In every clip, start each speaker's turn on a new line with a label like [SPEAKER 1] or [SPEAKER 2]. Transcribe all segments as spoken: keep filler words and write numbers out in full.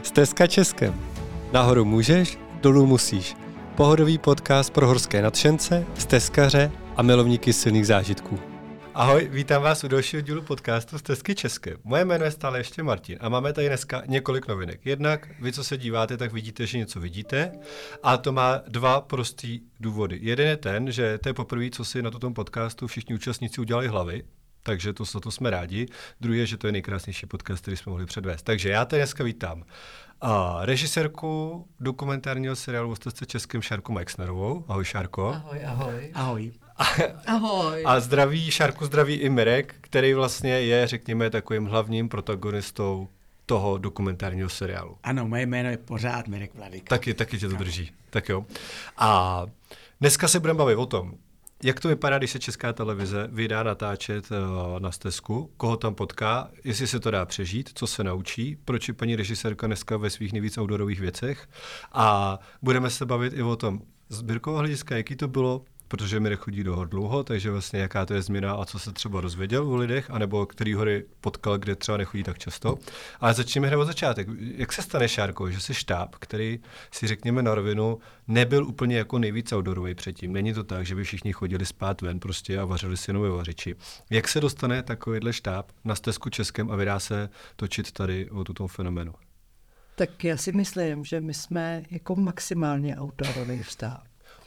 [SPEAKER 1] Stezka Českem. Nahoru můžeš, dolů musíš. Pohodový podcast pro horské nadšence, stezkaře a milovníky silných zážitků. Ahoj, vítám vás u dalšího dílu podcastu Stezky Českem. Moje jméno je stále ještě Martin a máme tady dneska několik novinek. Jednak vy, co se díváte, tak vidíte, že něco vidíte, a to má dva prostý důvody. Jeden je ten, že to je poprvé, co si na tom podcastu všichni účastníci udělali hlavy, takže to, za to jsme rádi. Druhý je, že to je nejkrásnější podcast, který jsme mohli předvést. Takže já tady dneska vítám a režisérku dokumentárního seriálu o Stezce Českém Šárku Majksnerovou. Ahoj, Šárko.
[SPEAKER 2] Ahoj, ahoj.
[SPEAKER 3] Ahoj.
[SPEAKER 2] Ahoj.
[SPEAKER 1] A zdraví, Šárku zdraví i Mirek, který vlastně je, řekněme, takovým hlavním protagonistou toho dokumentárního seriálu.
[SPEAKER 3] Ano, moje jméno je pořád Mirek Vladyka.
[SPEAKER 1] Taky, taky tě to drží. Tak jo. A dneska se budeme bavit o tom, jak to vypadá, když se Česká televize vydá natáčet uh, na Stezku, koho tam potká, jestli se to dá přežít, co se naučí, proč je paní režisérka dneska ve svých nejvíc outdoorových věcech. A budeme se bavit i o tom z Mirkového hlediska, jaký to bylo, protože Mirek chodí do hor dlouho, takže vlastně jaká to je změna a co se třeba dozvěděl o lidech, anebo který hory potkal, kde třeba nechodí tak často. Ale začněme hned od začátek. Jak se stane, Šárko, že jsi štáb, který si řekněme na rovinu, nebyl úplně jako nejvíc outdoorový předtím. Není to tak, že by všichni chodili spát ven prostě a vařili si jenom ve vařiči. Jak se dostane takovýhle štáb na Stezku Českém a vydá se točit tady o tuto fenoménu?
[SPEAKER 2] Tak já si myslím, že my jsme jako maximálně outdoorový štáb.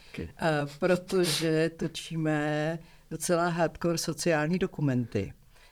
[SPEAKER 2] A protože točíme docela hardcore sociální dokumenty.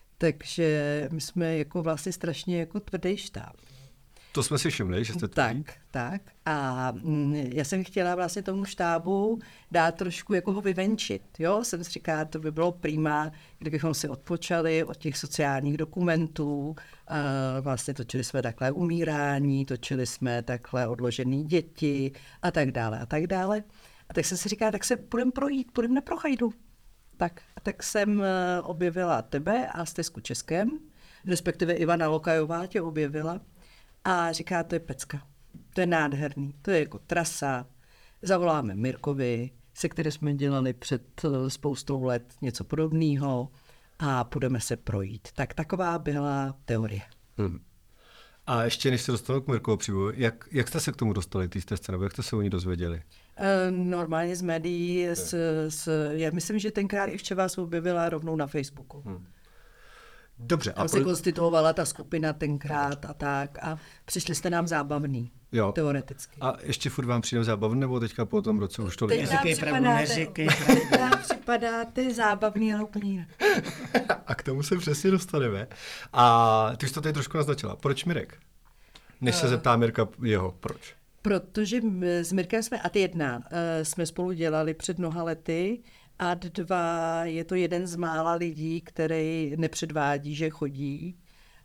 [SPEAKER 2] Takže my jsme jako vlastně strašně jako tvrdý štáb.
[SPEAKER 1] To jsme si všimli, že jste
[SPEAKER 2] tak, tak. A mm, já jsem chtěla vlastně tomu štábu dát trošku jako ho vyvenčit. Jo? Jsem si říkala, to by bylo prima, kdybychom si odpočali od těch sociálních dokumentů. A vlastně točili jsme takhle umírání, točili jsme takhle odložený děti a tak dále a tak dále. A tak jsem si říkala, tak se půjdeme projít, půjdeme na prochajdu. Tak, a tak jsem objevila tebe a Stezku Českém, respektive Ivana Lokajová tě objevila a říká, to je pecka, to je nádherný, to je jako trasa, zavoláme Mirkovi, se kterým jsme dělali před spoustou let něco podobného a půjdeme se projít. Tak taková byla teorie. Hmm.
[SPEAKER 1] A ještě než se dostanu k Mirkovu příběhu, jak, jak jste se k tomu dostali, té Stezce, nebo jak jste se o ní dozvěděli?
[SPEAKER 2] Normálně z médií, s, s, já myslím, že tenkrát ještě vás objevila rovnou na Facebooku. Hmm.
[SPEAKER 1] Dobře.
[SPEAKER 2] Tam a se pro... konstituovala ta skupina tenkrát a tak a přišli jste nám zábavný, jo. Teoreticky.
[SPEAKER 1] A ještě furt vám přijde zábavný, nebo teďka po tom roce už to...
[SPEAKER 2] Teď nám připadáte, teď nám připadáte zábavný, ale úplně.
[SPEAKER 1] A k tomu se přesně dostaneme. A ty jsi to tady trošku naznačila. Proč Mirek? Než se zeptá Mirka jeho, proč?
[SPEAKER 2] Protože s Mirkem jsme ad jedna, jsme spolu dělali před mnoha lety, ad dva je to jeden z mála lidí, který nepředvádí, že chodí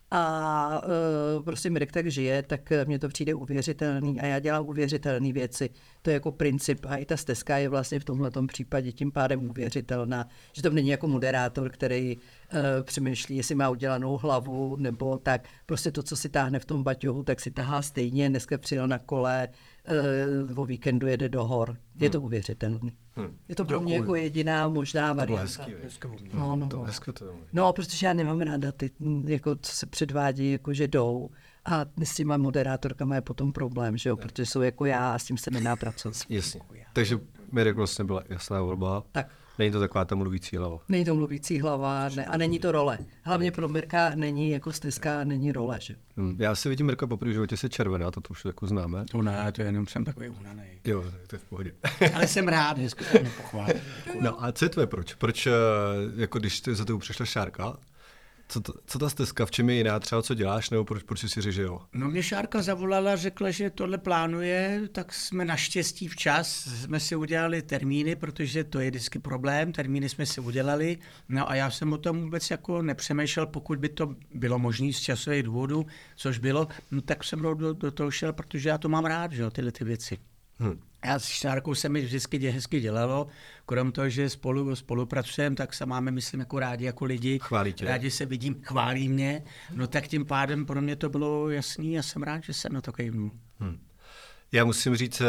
[SPEAKER 2] a uh, prostě Mirek tak žije, tak mně to přijde uvěřitelný a já dělám uvěřitelné věci. To je jako princip a i ta Stezka je vlastně v tomhletom případě tím pádem uvěřitelná, že to není jako moderátor, který uh, přemýšlí, jestli má udělanou hlavu nebo tak. Prostě to, co si táhne v tom baťohu, tak si tahá stejně. Dneska přijel na kole, uh, o víkendu jede do hor. Je to uvěřitelný. Hmm. Je to pro mě jako jediná možná varianta. No, no, no. no, protože já nemám ráda ty, jako, co se předvádí, jako, že jdou. A s těma moderátorkama je potom problém, že jo, protože jsou jako já a s tím se nedá pracovat.
[SPEAKER 1] Jasně. Takže Mirek vlastně byla jasná volba. Tak. Není to taková ta mluvící hlava.
[SPEAKER 2] Není to mluvící hlava ne, a není to role. Hlavně pro Mirka není jako Stezka, není role, že?
[SPEAKER 1] Hmm. Já si vidím Mirka poprvé v životě se červená, to, to už jako známe.
[SPEAKER 3] To ne, to jenom jsem takový unaný.
[SPEAKER 1] Jo, to je v pohodě.
[SPEAKER 3] Ale jsem rád, že jsi mě pochválil.
[SPEAKER 1] No a co je tvoje proč? Proč, jako když ty za tebou přišla Šárka, Co, to, co ta Stezka, v čem je jiná, třeba co děláš, nebo proč, proč si říct, že jo?
[SPEAKER 3] No mě Šárka zavolala, řekla, že tohle plánuje, tak jsme naštěstí včas, jsme si udělali termíny, protože to je vždycky problém, termíny jsme si udělali, no a já jsem o tom vůbec jako nepřemýšlel, pokud by to bylo možné z časových důvodů, což bylo, no tak jsem do, do toho šel, protože já to mám rád, že jo, tyhle ty věci. Hmm. Já s Šárkou se mi vždycky hezky dělalo, krom toho, že spolu spolupracujeme, tak se máme, myslím, jako rádi jako lidi.
[SPEAKER 1] Chválí tě.
[SPEAKER 3] Rádi se vidím, chválí mě, no tak tím pádem pro mě to bylo jasný a jsem rád, že jsem na to kejvnul. Hmm.
[SPEAKER 1] Já musím říct,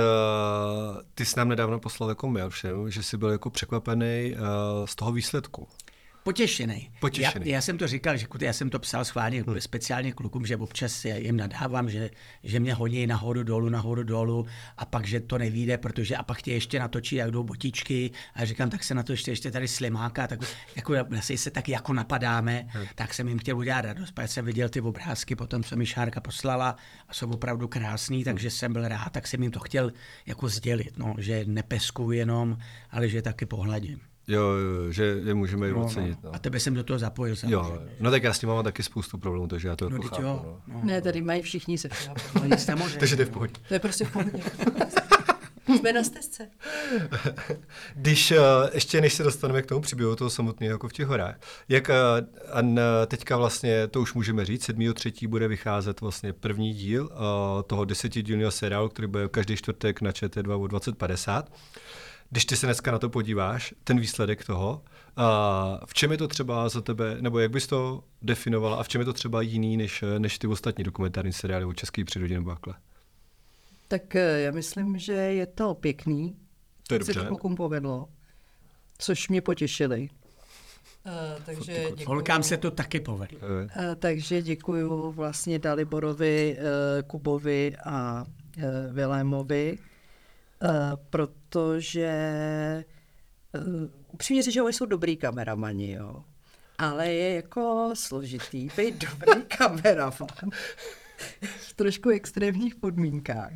[SPEAKER 1] ty jsi nám nedávno poslal jako mail všem, že jsi byl jako překvapený z toho výsledku.
[SPEAKER 3] Potěšený.
[SPEAKER 1] Potěšený.
[SPEAKER 3] Já, já jsem to říkal, že já jsem to psal schválně hmm. speciálně klukům, že občas jim nadávám, že, že mě honí nahoru dolů, nahoru dolů a pak, že to nevíde, protože a pak chtějí ještě natočit, jak jdou botičky a říkám, tak se na to ještě, ještě tady slimáka, tak jako asi se tak jako napadáme, hmm. tak jsem jim chtěl udělat radost. Pak jsem viděl ty obrázky, potom co mi Šárka poslala a jsou opravdu krásný, takže jsem byl rád, tak jsem jim to chtěl jako sdělit, no, že nepeskuju jenom, ale že taky pohladím.
[SPEAKER 1] Jo, jo, že je můžeme i ocenit. No.
[SPEAKER 3] A tebe jsem do toho zapojil samozřejmě.
[SPEAKER 1] Jo, no tak já s tím mám taky spoustu problémů, takže já to
[SPEAKER 3] no,
[SPEAKER 1] jako chápu.
[SPEAKER 3] Jo,
[SPEAKER 1] no.
[SPEAKER 3] No.
[SPEAKER 2] Ne, tady mají všichni se všem.
[SPEAKER 1] Takže to je v pohodě.
[SPEAKER 2] To je prostě v pohodě. Jsme na stezce.
[SPEAKER 1] Když uh, ještě než se dostaneme k tomu příběhu toho samotného jako v těch horách, jak uh, an, teďka vlastně, to už můžeme říct, sedmého třetího bude vycházet vlastně první díl uh, toho desetidílného seriálu, který bude každý čtvrtek na Č T dva o dvacet padesát. Když ty se dneska na to podíváš, ten výsledek toho, uh, v čem je to třeba za tebe, nebo jak bys to definovala a v čem je to třeba jiný než, než ty ostatní dokumentární seriály o české přírodě nebo takhle?
[SPEAKER 2] Tak já myslím, že je to pěkný.
[SPEAKER 1] To je dobře.
[SPEAKER 2] Se to klukům povedlo, což mě potěšili. Uh, takže děkuju.
[SPEAKER 3] Holkám se to taky povedlo.
[SPEAKER 2] Uh, takže děkuju vlastně Daliborovi, uh, Kubovi a uh, Vilémovi, uh, protože uh, upřímně řečeno, jsou dobrý kameramani, jo. Ale je jako složitý být dobrý kameraman v trošku extrémních podmínkách.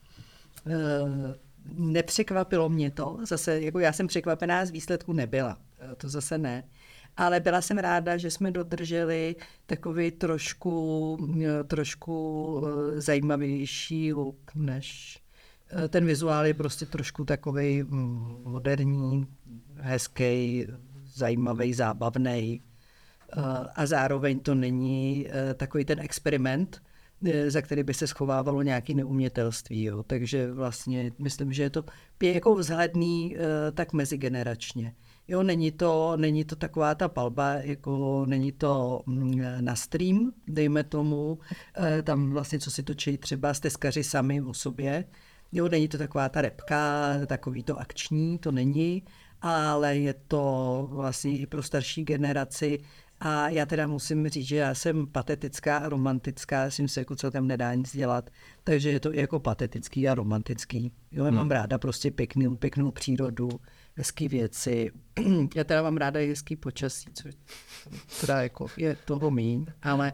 [SPEAKER 2] Uh, nepřekvapilo mě to, zase jako já jsem překvapená z výsledku nebyla, to zase ne, ale byla jsem ráda, že jsme dodrželi takový trošku, trošku zajímavější look, než ten vizuál je prostě trošku takovej moderní, hezký, zajímavý, zábavný a zároveň to není takový ten experiment, za který by se schovávalo nějaké neumětelství. Jo. Takže vlastně myslím, že je to jako vzhledný tak mezigeneračně. Jo, není to, není to taková ta palba, jako není to na stream, dejme tomu, tam vlastně, co si točí třeba stezkaři sami o sobě. Jo, není to taková ta repka, takový to akční, to není, ale je to vlastně i pro starší generaci. A já teda musím říct, že já jsem patetická a romantická, s tím se jako celkem nedá nic dělat, takže je to i jako patetický a romantický. Jo, já mám ráda prostě pěkný, pěknou přírodu, hezký věci. Já teda mám ráda i hezký počasí, což teda jako je toho míň, ale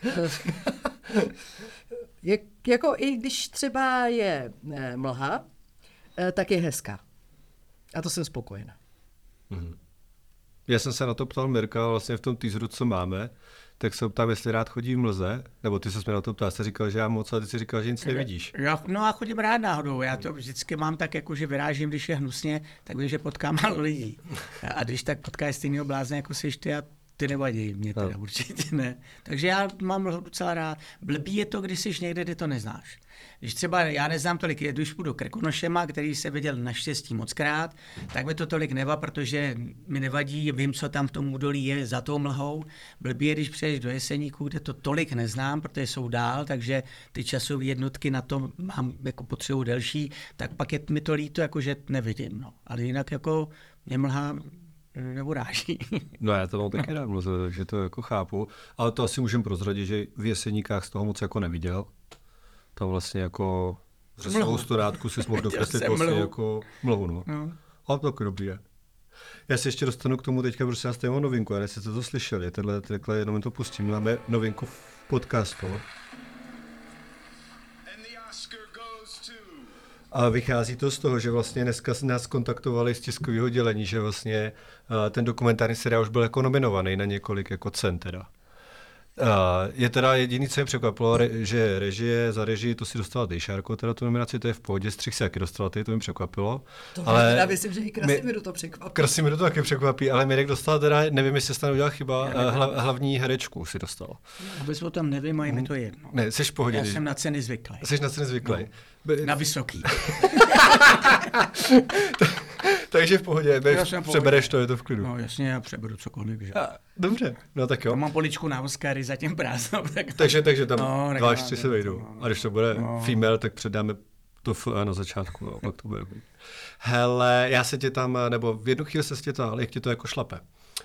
[SPEAKER 2] je, jako i když třeba je eh, mlha, eh, tak je hezká. A to jsem spokojená.
[SPEAKER 1] Mhm. Já jsem se na to ptal Mirka vlastně v tom teaseru, co máme, tak se ptám, jestli rád chodí v mlze, nebo ty se mě na to ptal, jsi říkal, že já moc, a ty jsi říkal, že nic nevidíš.
[SPEAKER 3] Já, no a chodím rád náhodou, já to vždycky mám tak, jako že vyrážím, když je hnusně, tak vím, že potkám málo lidí. A když tak potkáš stejného blázna, jako jsi ty, a ty nevadí, mě teda no. Určitě ne. Takže já mám mlhu docela rád. Blbý je to, když jsi někde, kde to neznáš. Když třeba já neznám tolik, když půjdu Krkonošema, který se viděl naštěstí mockrát, tak mi to tolik nevadí, protože mi nevadí, vím, co tam v tom údolí je za tou mlhou. Blbý je, když přejdeš do Jeseníků, kde to tolik neznám, protože jsou dál, takže ty časové jednotky na to mám jako potřebu delší, tak pak je mi to líto, jako že nevidím. No. Ale jinak jako mě mlha neuráží.
[SPEAKER 1] No já to mám taky rád, že to jako chápu, ale to asi můžeme prozradit, že v Jeseníkách z toho moc jako neviděl. Tam vlastně jako přes svou studátku si mohl dokreslit vlastně mlhu. Jako mlhu, no. no. Ale to taky dobrý je. Já se ještě dostanu k tomu teďka, protože já tady mám novinku, a ne jste to slyšeli, tenhle, tenhle jenom to pustím, máme novinku v podcastu. A vychází to z toho, že vlastně dneska nás kontaktovali z tiskového dělení, že vlastně uh, ten dokumentární seriál už byl jako nominovaný na několik jako cen teda. Uh, je teda jediný, co mě překvapilo, re, že režie, za režii to si dostala ty, Šárko, teda tu nominaci, to je v pohodě, střih si taky dostala ty, to mi překvapilo.
[SPEAKER 2] To ale já myslím, že i Krasimiru to překvapí.
[SPEAKER 1] Krasimiru to taky překvapí, ale Mirek dostal teda, nevím, jestli se tam udělal chyba, hla, hlavní herečku si dostal.
[SPEAKER 3] Vůbec o tom nevím, a je mi to jedno.
[SPEAKER 1] Ne, jsi v pohodě.
[SPEAKER 3] Já jsem na ceny zvyklý.
[SPEAKER 1] Jsi na ceny zvyklý.
[SPEAKER 3] No, na vysoký.
[SPEAKER 1] Takže v pohodě, přebereš to, je to v klidu.
[SPEAKER 3] No jasně, já přeberu cokoliv, že?
[SPEAKER 1] A, dobře, no tak jo.
[SPEAKER 3] Já mám poličku na Oscary zatím prázdnou. Tak...
[SPEAKER 1] takže, takže tam
[SPEAKER 3] no,
[SPEAKER 1] dva až tři se vejdou.
[SPEAKER 3] No, no.
[SPEAKER 1] A když to bude no. female, tak předáme to f- na začátku. No, pak to bude. Hele, já se tě tam, nebo v jednu chvíli se tě to, ale jak tě to jako šlape.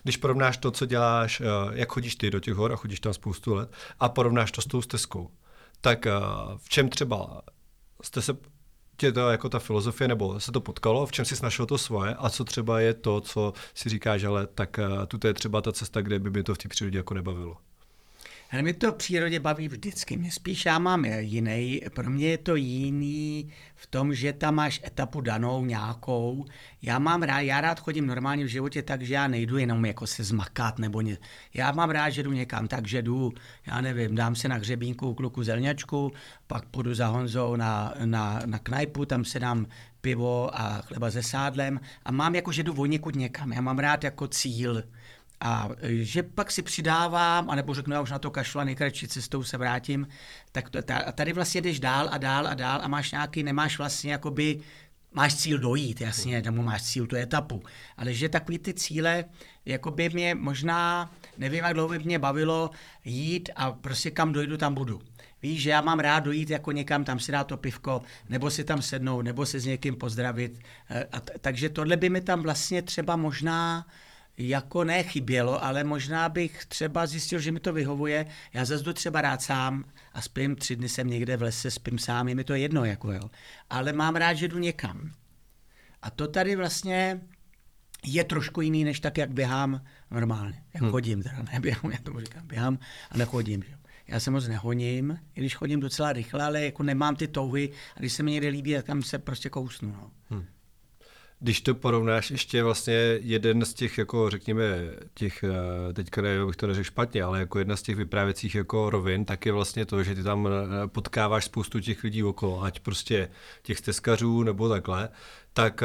[SPEAKER 1] když porovnáš to, co děláš, jak chodíš ty do těch hor a chodíš tam spoustu let a porovnáš to s tou stezkou, tak v čem třeba jste se tě to jako ta filozofie, nebo se to potkalo, v čem jsi našel to svoje a co třeba je to, co si říkáš, ale tak tuto je třeba ta cesta, kde by mě to v té přírodě jako nebavilo.
[SPEAKER 3] Ale mě to v přírodě baví vždycky. Mě spíš já mám jiný. Pro mě je to jiný v tom, že tam máš etapu danou nějakou. Já mám rád, já rád chodím normálně v životě tak, že já nejdu jenom jako se zmakat nebo ně. Já mám rád, že jdu někam tak, že jdu, já nevím, dám se na hřebínku kluku zelňačku, pak půjdu za Honzou na, na, na knajpu, tam se dám pivo a chleba se sádlem a mám jako, že jdu o někud někam. Já mám rád jako cíl. A že pak si přidávám, anebo řeknu, já už na to kašlu a nejkratší cestou se vrátím, tak to, a tady vlastně jdeš dál a dál a dál a máš nějaký, nemáš vlastně jakoby, máš cíl dojít, jasně, nebo máš cíl tu etapu, ale že takový ty cíle, jakoby mě možná, nevím, jak dlouho by mě bavilo jít a prostě kam dojdu, tam budu. Víš, že já mám rád dojít jako někam, tam si dát to pivko, nebo si tam sednout, nebo se s někým pozdravit. A t- takže tohle by mi tam vlastně třeba možná jako nechybělo, ale možná bych třeba zjistil, že mi to vyhovuje. Já zase jdu třeba rád sám a spím, tři dny jsem někde v lese, spím sám, je mi to jedno, jako jo. Ale mám rád, že jdu někam. A to tady vlastně je trošku jiný, než tak, jak běhám normálně. Jak hmm. chodím, teda neběhám, já tomu říkám, běhám a nechodím, že? Já se moc nehoním, i když chodím docela rychle, ale jako nemám ty touhy a když se mi někde líbí, tak tam se prostě kousnu, no.
[SPEAKER 1] Hmm. Když to porovnáš ještě vlastně jeden z těch, jako řekněme, těch, teďka ne, bych to neřekl špatně, ale jako jedna z těch vyprávěcích jako rovin, tak je vlastně to, že ty tam potkáváš spoustu těch lidí okolo, ať prostě těch stezkařů nebo takhle, tak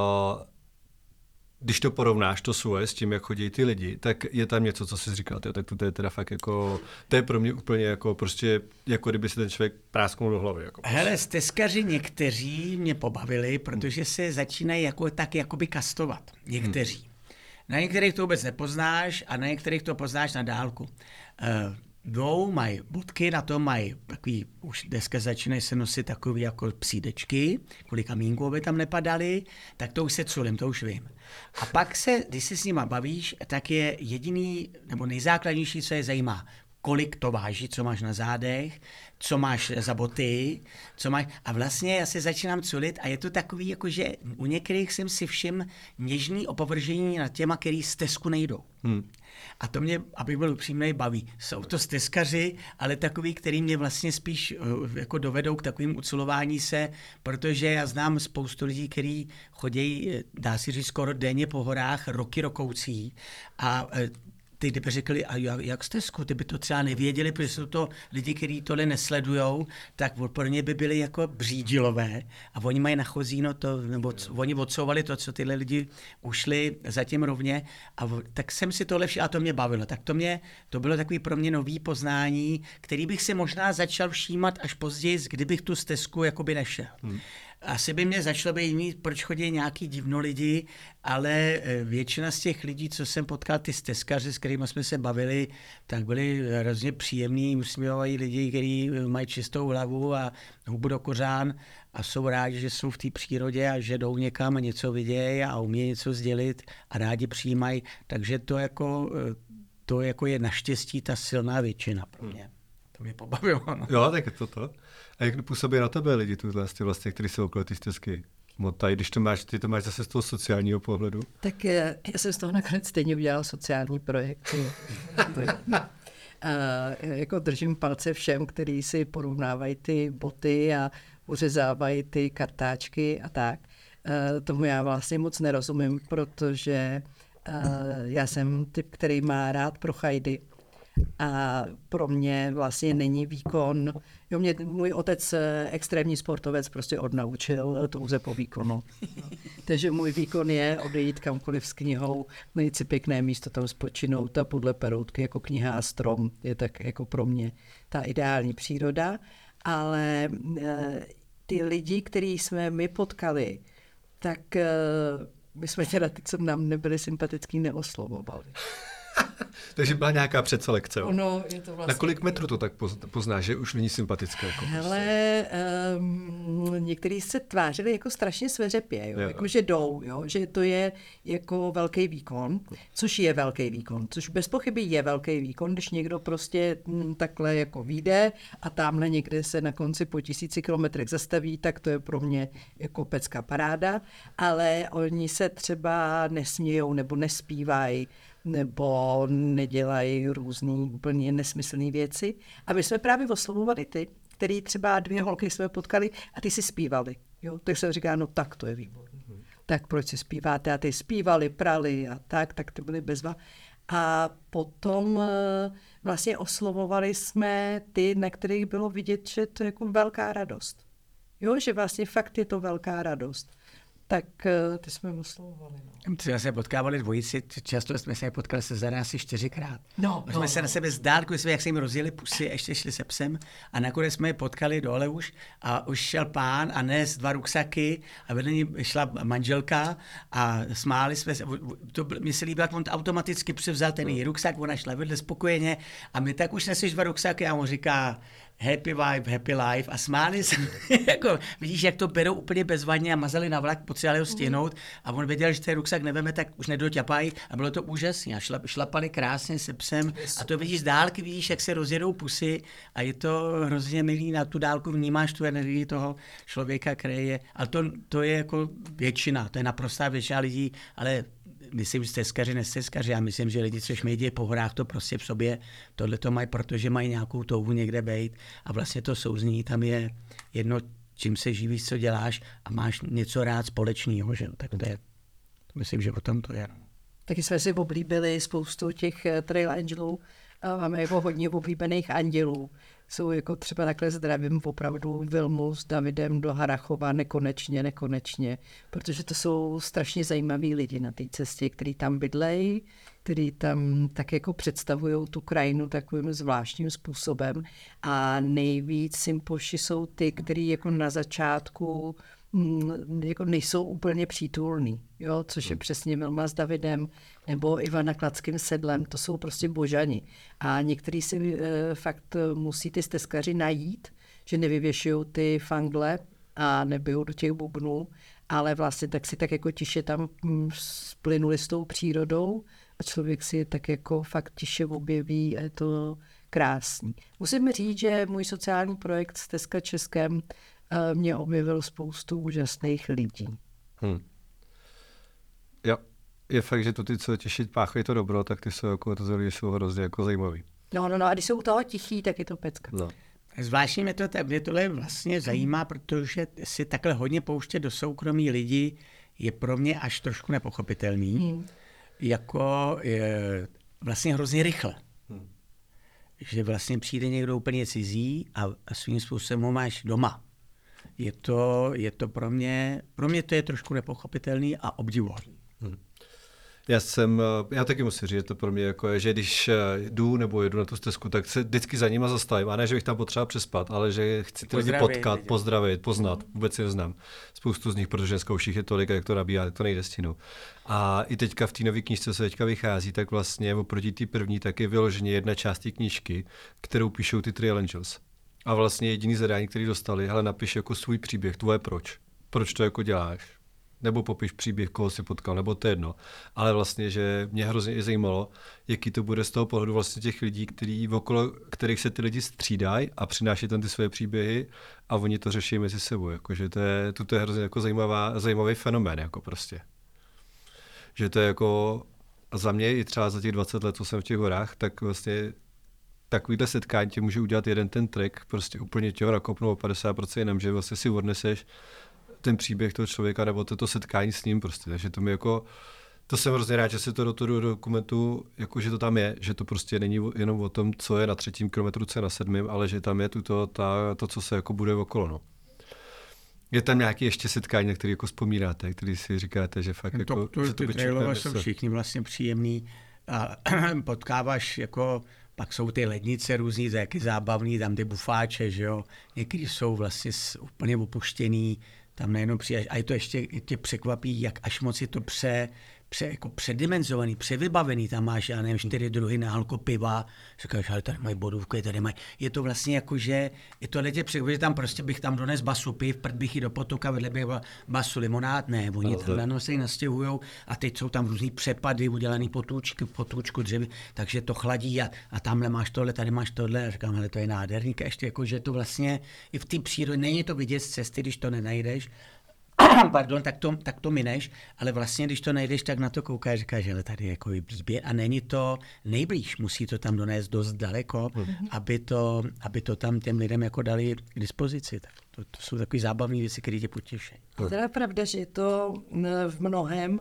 [SPEAKER 1] když to porovnáš, to svoje, s tím, jak chodí ty lidi, tak je tam něco, co jsi říkal, tyjo, tak to je teda fakt jako, to je pro mě úplně jako prostě, jako kdyby si ten člověk prásknul do hlavy. Jako.
[SPEAKER 3] Hele, stezkaři někteří mě pobavili, protože se začínají jako, tak jakoby kastovat. Někteří. Hmm. Na některých to vůbec nepoznáš a na některých to poznáš na dálku. Uh, Jdou, mají bodky, na to mají takový, už dneska začínají se nosit takový jako psídečky, kvůli kamínku, aby tam nepadaly, tak to už se culím, to už vím. A pak se, když se s nima bavíš, tak je jediný, nebo nejzákladnější, co je zajímá, kolik to váží, co máš na zádech, co máš za boty, co máš... A vlastně já se začínám culit a je to takový, jako že u některých jsem si všim něžný opovržení nad těma, který stezku nejdou. Hmm. A to mě, abych byl upřímnej, baví. Jsou to stezkaři, ale takový, který mě vlastně spíš jako dovedou k takovým uculování se, protože já znám spoustu lidí, kteří chodí, dá si říct, skoro denně po horách, roky rokoucí a ty kdyby řekli, a jak, jak stezku, ty by to třeba nevěděli, protože jsou to lidi, kteří tohle nesledujou, tak pro ně by byli jako břídilové a oni mají na chozíno to, nebo c, oni odsouvali to, co tyhle lidi ušli zatím rovně a v, tak jsem si tohle vše, a to mě bavilo. Tak to mě, to bylo takový pro mě nový poznání, který bych si možná začal všímat až později, kdybych tu stezku jakoby nešel. Hmm. Asi by mě začalo být mít, proč chodí nějaký divno lidi, ale většina z těch lidí, co jsem potkal, ty stezkaři, s kterými jsme se bavili, tak byli hrozně příjemní, usmívají lidi, kteří mají čistou hlavu a hubu do kořán a jsou rádi, že jsou v té přírodě a že jdou někam a něco vidějí a umějí něco sdělit a rádi přijímají. Takže to jako, to jako je naštěstí ta silná většina pro mě. To mě pobavilo. No.
[SPEAKER 1] Jo, tak je to to. A jak působí na tebe lidi tu vlastně, vlastně kteří jsou okolo ty stezky motají, když to máš, ty to máš zase z toho sociálního pohledu?
[SPEAKER 2] Tak já jsem z toho nakonec stejně udělal sociální projekt. A jako držím palce všem, kteří si porovnávají ty boty a uřezávají ty kartáčky a tak. Tomu já vlastně moc nerozumím, protože já jsem typ, který má rád prochajdy. A pro mě vlastně není výkon, jo, mě můj otec, extrémní sportovec, prostě odnaučil touze po výkonu. Takže můj výkon je odejít kamkoliv s knihou, najít si pěkné místo, tam spočinout a podle peroutky jako kniha a strom je tak jako pro mě ta ideální příroda, ale e, ty lidi, který jsme my potkali, tak e, my jsme teda ty, co nám nebyli sympatický, neoslovovali.
[SPEAKER 1] Takže byla nějaká předselekce.
[SPEAKER 2] Ono je to vlastně...
[SPEAKER 1] Na kolik metrů to tak poznáš, že už není sympatické? Jako
[SPEAKER 2] Hele, um, někteří se tvářili jako strašně sveřepě, jo? Jako, že jdou, jo? Že to je jako velký výkon, což je velký výkon, což bez pochyby je velký výkon, když někdo prostě m, takhle jako vyjde a tamhle někde se na konci po tisíci kilometrech zastaví, tak to je pro mě jako pecká paráda, ale oni se třeba nesmějou nebo nespívají, nebo nedělají různý úplně nesmyslné věci. A my jsme právě oslovovali ty, který třeba dvě holky jsme potkali a ty si zpívali. Jo? Tak jsem říkala, no tak to je výborné. Hmm. Tak proč si zpíváte? A ty zpívali, prali a tak, tak to byly bezva. A potom vlastně oslovovali jsme ty, na kterých bylo vidět, že to je jako velká radost. Jo, že vlastně fakt je to velká radost. Tak ty jsme oslovovali. No.
[SPEAKER 3] Třeba se potkávali dvojici, často jsme se potkali se za asi čtyřikrát.
[SPEAKER 2] No,
[SPEAKER 3] jsme
[SPEAKER 2] no,
[SPEAKER 3] se
[SPEAKER 2] no.
[SPEAKER 3] na sebe zdálku, jsme, jak se jim rozjeli pusy, ještě šli se psem a nakonec jsme je potkali dole už a už šel pán a nes dva ruksaky a vedle ní šla manželka a smáli jsme se. To mně se líbilo, jak on automaticky převzal ten její ruksak, ona šla vedle spokojeně a my tak už neseš dva ruksaky a on říká happy wife, happy life a smáli se. Jako, vidíš, jak to berou úplně bezvadně a mazali na vlak, potřebovali ho stihnout a on věděl, že ten ruksak neveme, tak už nedoťapají a bylo to úžasné a šla, šlapali krásně se psem a to vidíš z dálky, vidíš, jak se rozjedou pusy a je to hrozně milý, na tu dálku vnímáš tu energii toho člověka, který je, ale to, to je jako většina, to je naprostá většina lidí, ale myslím, že stezkaři, nestezkaři, já myslím, že lidi, což mi jezdí po horách, to prostě v sobě tohle to mají, protože mají nějakou touhu někde bejt a vlastně to souzní, tam je jedno, čím se živíš, co děláš a máš něco rád společného, že? Tak to je, to myslím, že o tom to je.
[SPEAKER 2] Taky jsme si oblíbili spoustu těch trail angelů a máme jako hodně oblíbených andělů. Jsou jako třeba takhle zdravím opravdu Vilmu s Davidem do Harachova nekonečně, nekonečně, protože to jsou strašně zajímaví lidi na té cestě, kteří tam bydlejí, kteří tam tak jako představují tu krajinu takovým zvláštním způsobem a nejvíc sympoši jsou ty, kteří jako na začátku jako nejsou úplně přítulný, jo, což je přesně Vilma s Davidem nebo Ivana Kladským sedlem, to jsou prostě božani. A některý si e, fakt musí ty stezkaři najít, že nevyvěšují ty fangle a nebijou do těch bubnů, ale vlastně tak si tak jako tiše tam splynuli s tou přírodou a člověk si je tak jako fakt tiše objeví a je to krásný. Musím říct, že můj sociální projekt Stezka Českem mě objevil spoustu úžasných lidí.
[SPEAKER 1] Hmm. Jo, je fakt, že to ty, co těšit páchají to dobro, tak ty jsou jako to zely, jsou hrozně jako zajímavý.
[SPEAKER 2] No, no, no, a když jsou u toho tichý, tak je to pecka.
[SPEAKER 1] No.
[SPEAKER 3] Zvláštně mě to mě tohle vlastně zajímá, protože si takhle hodně pouštět do soukromí lidí je pro mě až trošku nepochopitelný. Hmm. Jako je, vlastně hrozně rychle. Hmm. Že vlastně přijde někdo úplně cizí a, a svým způsobem ho máš doma. Je to, je to pro mě, pro mě to je trošku nepochopitelný a obdivuhodný. Hmm.
[SPEAKER 1] Já jsem, já taky musím říct, že to pro mě jako je, že když jdu nebo jedu na tu stezku, tak se vždycky za nima zastavím. A ne, že bych tam potřeba přespat, ale že chci ty lidi potkat, lidi. pozdravit, poznat. Vůbec je znám. Spoustu z nich, protože dneska už jich je tolik, jak to nabíhá, tak to nejde stínu. A i teďka v té nové knížce, co teďka vychází, tak vlastně oproti té první, tak je vyloženě jedna část té knížky, kterou píšou ty Trail Angels. A vlastně jediný zadání, který dostali, hele, napiš jako svůj příběh, tvoje proč. Proč to jako děláš? Nebo popiš příběh, koho si potkal, nebo to jedno. Ale vlastně, že mě hrozně zajímalo, jaký to bude z toho pohledu vlastně těch lidí, který, okolo kterých se ty lidi střídají a přináší tam ty své příběhy a oni to řeší mezi sebou. Jakože to je, to je hrozně jako zajímavá, zajímavý fenomén, jako prostě. Že to je jako, a za mě i třeba za těch dvacet let, co jsem v těch horách, tak vlastně takovýhle setkání tě může udělat jeden ten track, prostě úplně tě ho nakopnou o padesát procent jinam, že vlastně si odneseš ten příběh toho člověka nebo toto setkání s ním prostě, takže to mi jako, to jsem hrozně rád, že se to do toho dokumentu, jako že to tam je, že to prostě není jenom o tom, co je na třetím kilometru, co je na sedmém, ale že tam je tuto, ta, to, co se jako bude okolo, no. Je tam nějaký ještě setkání, na který jako vzpomínáte, který si říkáte, že fakt
[SPEAKER 3] to,
[SPEAKER 1] jako...
[SPEAKER 3] To, to, ty trailové jsou všichni vlastně příjemný a potkáváš jako, pak jsou ty lednice různý, taky zábavný, tam ty bufáče, že jo, někdy jsou vlastně úplně opuštěný, tam nejenom přijdeš, a je to ještě tě překvapí, jak až moc je to pře, pře, jako předimenzovaný, převybavený, tam máš, já nevím, čtyři druhy nálko piva, říkáš, ale tady mají bodůvky, tady mají, je to vlastně jako, že je to letě překvapí, že tam prostě bych tam dones basu piv, prd bych jí do potoka, vedle bych basu limonád, ne, oni tam se jí nastěhujou a teď jsou tam různý přepady, udělaný potůčky, potůčku dřevy, takže to chladí a, a tamhle máš tohle, tady máš tohle, a říkám, hele, to je nádherný, ještě jako, že to vlastně i v té přírodě, není to vidět z cesty, když to nenajdeš, pardon, tak to, tak to mineš, ale vlastně, když to najdeš, tak na to koukáš, říkáš, že tady je jako výběr a není to nejblíž, musí to tam donést dost daleko, mm-hmm. aby, to, aby to tam těm lidem jako dali k dispozici. Tak to, to jsou takové zábavné věci, které tě potěší.
[SPEAKER 2] Je teda pravda, že je to v mnohem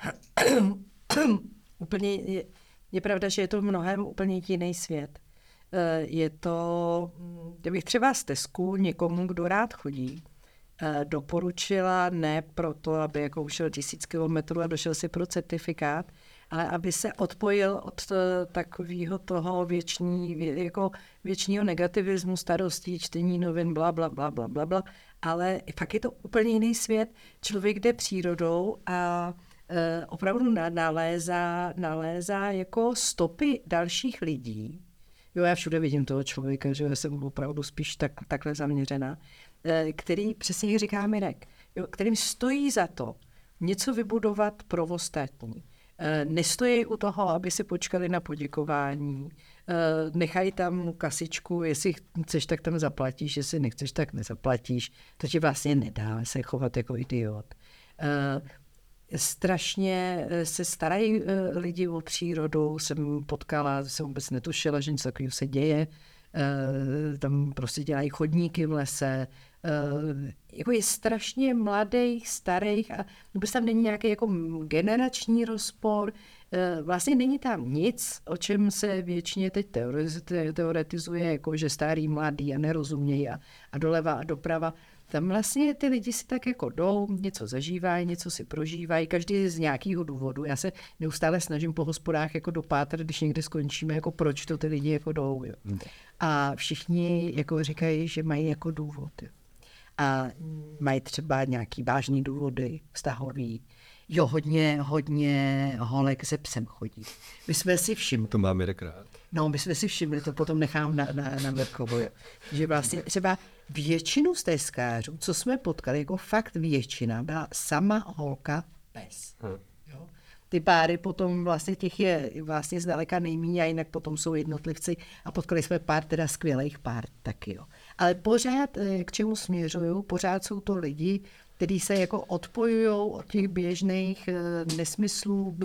[SPEAKER 2] úplně, je, je pravda, že je to v mnohem úplně jiný svět. Je to, kdybych třeba z Tesku někomu, kdo rád chodí, doporučila ne proto, aby jako ušel tisíc kilometrů a došel si pro certifikát, ale aby se odpojil od takového toho věční, jako věčního negativismu, starostí, čtení novin, bla, bla, bla, bla, bla, bla. Ale fakt je to úplně jiný svět. Člověk jde přírodou a e, opravdu nalézá, nalézá jako stopy dalších lidí. Jo, já všude vidím toho člověka, že jsem opravdu spíš tak, takhle zaměřená, který, přesně jak říká Mirek, jo, kterým stojí za to něco vybudovat pro ostatní. Nestojí u toho, aby si počkali na poděkování, nechají tam kasičku, jestli chceš, tak tam zaplatíš, jestli nechceš, tak nezaplatíš. To ti vlastně nedá se chovat jako idiot. Strašně se starají lidi o přírodu, jsem potkala, jsem vůbec netušila, že něco takového se děje. Tam prostě dělají chodníky v lese. Jako je strašně mladých, starých a vůbec tam není nějaký jako generační rozpor. Vlastně není tam nic, o čem se většině teď teoretizuje, jako že starý, mladý a nerozumějí a, a doleva a doprava. Tam vlastně ty lidi si tak jako jdou, něco zažívají, něco si prožívají, každý z nějakého důvodu. Já se neustále snažím po hospodách jako dopátrat, když někde skončíme, jako proč to ty lidi jako jdou. Jo. A všichni jako říkají, že mají jako důvod. Jo. A mají třeba nějaký vážný důvody, vztahový. Jo, hodně, hodně holek se psem chodí. My jsme si všimli.
[SPEAKER 1] To máme rekrát.
[SPEAKER 2] No, my jsme si všimli, to potom nechám na, na, na Mirkovo, že vlastně třeba většinu z teskářů, co jsme potkali, jako fakt většina, byla sama holka pes. Hmm. Jo? Ty páry potom vlastně těch je vlastně zdaleka nejméně a jinak potom jsou jednotlivci a potkali jsme pár teda skvělých pár taky, jo. Ale pořád, k čemu směřuju, pořád jsou to lidi, kteří se jako odpojují od těch běžných nesmyslů,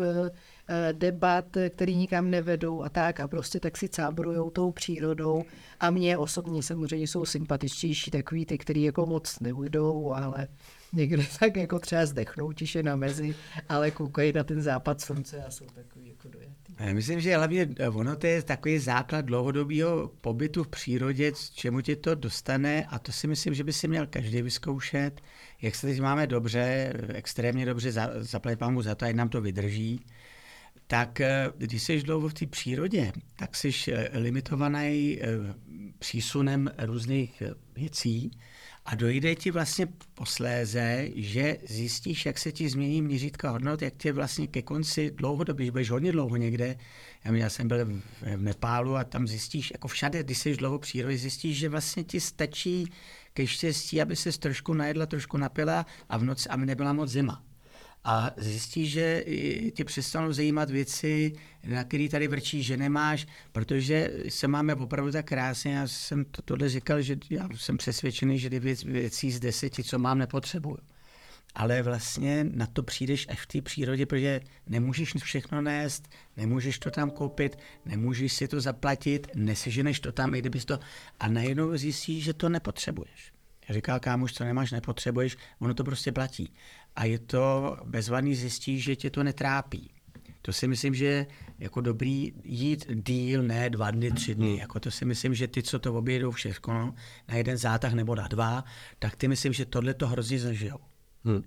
[SPEAKER 2] debat, který nikam nevedou a tak a prostě tak si cábrujou tou přírodou a mě osobně samozřejmě jsou sympatičtější takový ty, který jako moc neujdou, ale někde tak jako třeba zdechnou tiše na mezi, ale koukají na ten západ slunce a jsou takový jako dojatý.
[SPEAKER 3] Já myslím, že hlavně ono to je takový základ dlouhodobého pobytu v přírodě, čemu tě to dostane a to si myslím, že by si měl každý vyzkoušet. Jak se teď máme dobře, extrémně dobře, zaplať pámu za to, ať nám to vydrží, tak když jsi dlouho v té přírodě, tak jsi limitovaný přísunem různých věcí a dojde ti vlastně posléze, že zjistíš, jak se ti změní měřítka hodnot, jak tě vlastně ke konci dlouhodobě, když budeš hodně dlouho někde, já jsem byl v Nepálu a tam zjistíš, jako všade, když jsi dlouho v přírodě, zjistíš, že vlastně ti stačí ke štěstí, aby ses trošku najedla, trošku napila a v noci, aby nebyla moc zima. A zjistíš, že tě přestanou zajímat věci, na které tady vrčíš, že nemáš, protože se máme opravdu tak krásně. Já jsem to, tohle říkal, že já jsem přesvědčený, že devět věcí z deseti, co mám, nepotřebuju. Ale vlastně na to přijdeš až v té přírodě, protože nemůžeš všechno nést, nemůžeš to tam koupit, nemůžeš si to zaplatit, neseženeš to tam, i kdybys to... A najednou zjistíš, že to nepotřebuješ. Já říkal, kámoš, co nemáš, nepotřebuješ, ono to prostě platí. A je to bezvadný, zjistíš, že tě to netrápí. To si myslím, že je jako dobrý jít díl, ne dva dny, tři dny. Jako to si myslím, že ty, co to objedou všechno no, na jeden zátah nebo na dva, tak ty myslím, že tohle to hrozně zažijou. Hmm.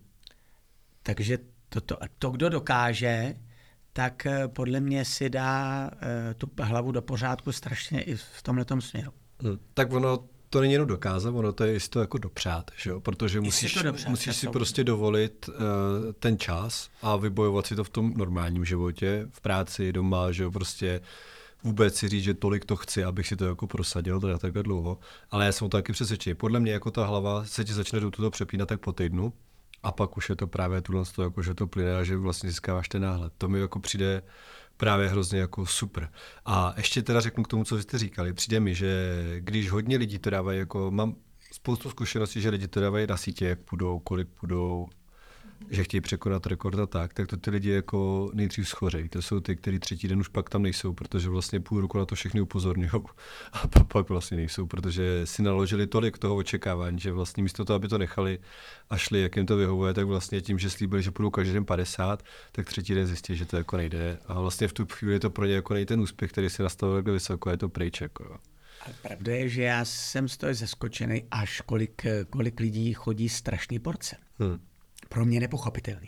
[SPEAKER 3] Takže to, to, to, kdo dokáže, tak podle mě si dá uh, tu hlavu do pořádku strašně i v tomhletom směru.
[SPEAKER 1] Hmm. Tak ono to není jenom dokázat, ono to je jestli to jako dopřát, že jo? Protože musíš, dopřát, musíš si prostě dovolit uh, ten čas a vybojovat si to v tom normálním životě, v práci, doma, že jo, prostě vůbec si říct, že tolik to chci, abych si to jako prosadil teda takhle dlouho, ale já jsem to taky přesvědčený. Podle mě jako ta hlava se ti začne do toho přepínat tak po týdnu a pak už je to právě tuhle to, jako, že to plyne a že vlastně získáváš ten náhled. To mi jako přijde právě hrozně jako super. A ještě teda řeknu k tomu, co jste říkali. Přijde mi, že když hodně lidí to dávají, jako mám spoustu zkušeností, že lidi to dávají na sítě, jak půjdou, kolik půjdou, že chtějí překonat rekord a tak, tak to ty lidi jako nejdřív schořejí. To jsou ty, kteří třetí den už pak tam nejsou, protože vlastně půl roku na to všechny upozorňujou a pak vlastně nejsou, protože si naložili tolik toho očekávání, že vlastně místo toho, aby to nechali a šli, jak jim to vyhovuje, tak vlastně tím, že slíbili, že půjdou každý den padesát, tak třetí den zjistí, že to jako nejde. A vlastně v tu chvíli je to pro ně jako nej ten úspěch, který si nastavil takhle vysoko, je to pryč. Jako.
[SPEAKER 3] Ale pravda je, že já jsem z toho zaskočený, až kolik, kolik lidí chodí strašný porce. Hmm. Pro mě nepochopitelný.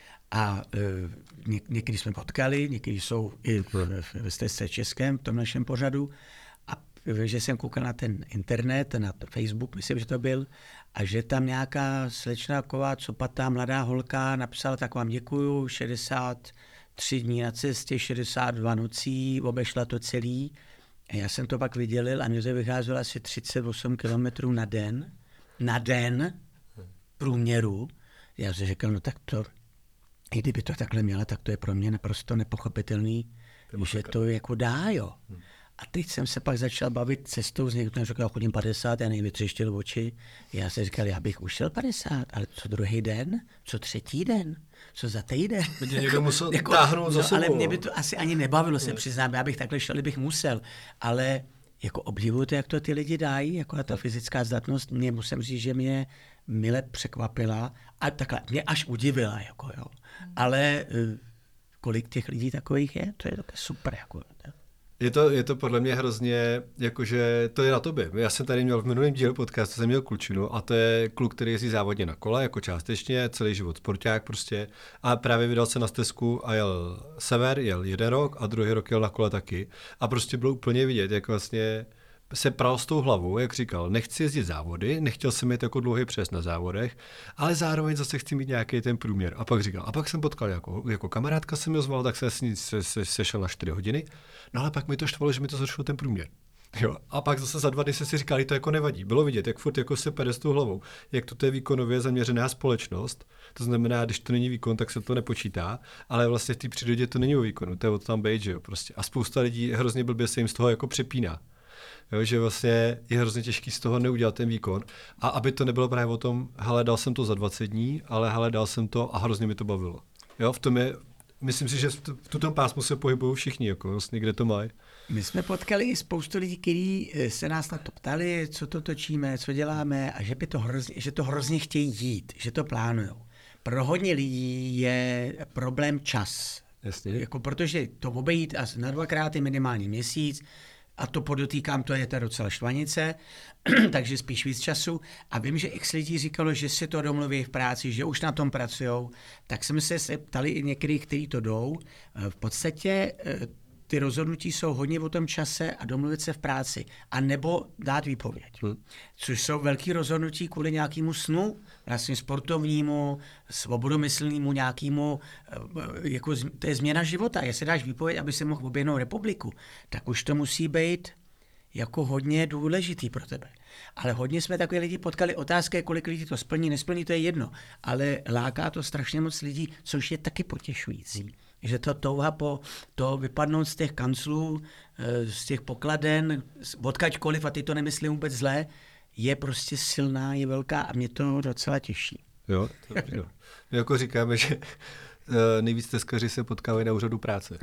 [SPEAKER 3] A e, ně, někdy jsme potkali, někdy jsou i ve stezce českém, v tom našem pořadu. A že jsem koukal na ten internet, na Facebook, myslím, že to byl, a že tam nějaká slečna taková copatá mladá holka napsala, tak vám děkuju, šedesát tři dní na cestě, šedesát dva nocí, obešla to celý. A já jsem to pak vydělil a mě to vycházelo asi třicet osm kilometrů na den. Na den průměru. Já jsem řekl, no tak to, i kdyby to takhle měla, tak to je pro mě naprosto nepochopitelný, že to jako dá, jo. Hmm. A teď jsem se pak začal bavit cestou s někým, řekl, já chodím padesát, já nevytřeštil oči. Já jsem říkal, já bych už šel padesát, ale co druhý den, co třetí den, co za týden.
[SPEAKER 1] Mě někdo musel
[SPEAKER 3] jako,
[SPEAKER 1] táhnout za
[SPEAKER 3] no,
[SPEAKER 1] sebou.
[SPEAKER 3] Ale mě by to asi ani nebavilo, se přiznám, já bych takhle šel, bych musel, ale jako obdivuju to, jak to ty lidi dají, jako ta fyzická zdatnost, mě musím říct, že mě mile překvapila a takhle, mě až udivila, jako jo. Ale kolik těch lidí takových je, to je také super, jako.
[SPEAKER 1] Je to, je to podle mě hrozně, jakože to je na tobě. Já jsem tady měl v minulém díle podcastu, jsem měl klučinu a to je kluk, který jezdí závodně na kole, jako částečně, celý život sporták prostě. A právě vydal se na stezku a jel sever, jel jeden rok a druhý rok jel na kole taky. A prostě bylo úplně vidět, jak vlastně se pral s tou hlavou, jak říkal, nechci jezdit závody, nechtěl jsem mít jako dlouhý přes na závodech, ale zároveň zase chci mít nějaký ten průměr. A pak říkal, a pak jsem potkal jako, jako kamarádka, jsem ho zval, tak jsem s ní se, se, sešel na čtyři hodiny, no ale pak mi to štvalo, že mi to zrušilo ten průměr. Jo. A pak zase za dva dny se si říkali, to jako nevadí. Bylo vidět, jak furt jako se pere s tou hlavou, jak to je výkonově zaměřená společnost. To znamená, když to není výkon, tak se to nepočítá, ale vlastně v té přírodě to není o výkonu, to je od tam bejt, že jo, prostě. A spousta lidí hrozně blbě se jim z toho jako přepíná. Jo, že vlastně je hrozně těžký z toho neudělat ten výkon. A aby to nebylo právě o tom, hele, dal jsem to za dvacet dní, ale hele, dal jsem to a hrozně mi to bavilo. Jo, v tom je, myslím si, že v tuto pásmu se pohybují všichni, jako vlastně, kde to mají.
[SPEAKER 3] My jsme potkali i spoustu lidí, kteří se nás na to ptali, co to točíme, co děláme a že, by to hrozně, že to hrozně chtějí jít, že to plánujou. Pro hodně lidí je problém čas.
[SPEAKER 1] Jasně.
[SPEAKER 3] Jako, protože to obejít asi na dvakrát je minimální měsíc, a to podotýkám, to je ta docela štvanice, takže spíš víc času. A vím, že x lidí říkalo, že si to domluví v práci, že už na tom pracujou. Tak jsme se ptali i některých, kteří to jdou. V podstatě ty rozhodnutí jsou hodně o tom čase a domluvit se v práci. A nebo dát výpověď. Hmm. Což jsou velký rozhodnutí kvůli nějakému snu, vlastně sportovnímu, svobodomyslnému nějakému, jako to je změna života. Jestli dáš výpověď, aby si mohl oběhnout republiku, tak už to musí být jako hodně důležitý pro tebe. Ale hodně jsme takové lidi potkali, otázka je, kolik lidí to splní, nesplní, to je jedno. Ale láká to strašně moc lidí, což je taky potěšující. Že to touha po to vypadnout z těch kanclů, z těch pokladen, odkaďkoliv, a ty to nemyslím vůbec zlé, je prostě silná, je velká a mě to docela těší.
[SPEAKER 1] Jo, to, jo. My jako říkáme, že nejvíc teskaři se potkávají na úřadu práce.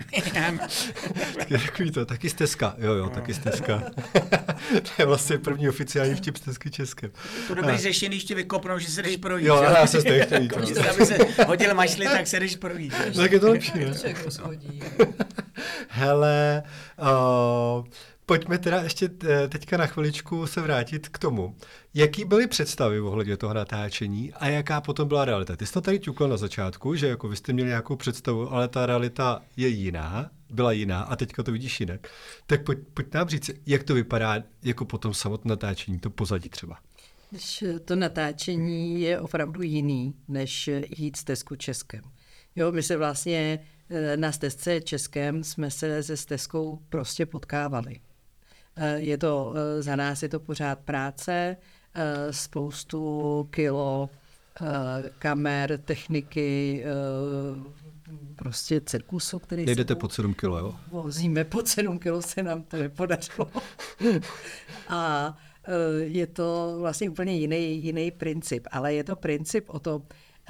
[SPEAKER 1] Takový to, taky stezka. Jo, jo, taky stezka. To je vlastně první oficiální vtip stezky českém.
[SPEAKER 3] To dobrý řešení, když tě vykopnou, že se jdeš projít.
[SPEAKER 1] Jo, já se stejně chtěl jít.
[SPEAKER 3] Aby se hodil mašli, tak se jdeš projít.
[SPEAKER 1] Tak je to lepší, ne? Hele, uh, Pojďme teda ještě teďka na chviličku se vrátit k tomu, jaký byly představy ohledně toho natáčení a jaká potom byla realita. Ty jsi to tady ťukl na začátku, že jako vy jste měli nějakou představu, ale ta realita je jiná, byla jiná a teďka to vidíš jinak. Tak pojď, pojď nám říct, jak to vypadá jako potom samotné natáčení, to pozadí třeba.
[SPEAKER 2] Když to natáčení je opravdu jiný, než jít stezku Českem. Jo, my se vlastně na stezce Českem jsme se se stezkou prostě potkávali. Je to, za nás je to pořád práce, spoustu kilo kamer, techniky, prostě cirkusu, který
[SPEAKER 1] Nejdete pod sedm kilo, jo?
[SPEAKER 2] Vozíme pod sedm kilo, se nám to nepodařilo. A je to vlastně úplně jiný, jiný princip, ale je to princip o tom,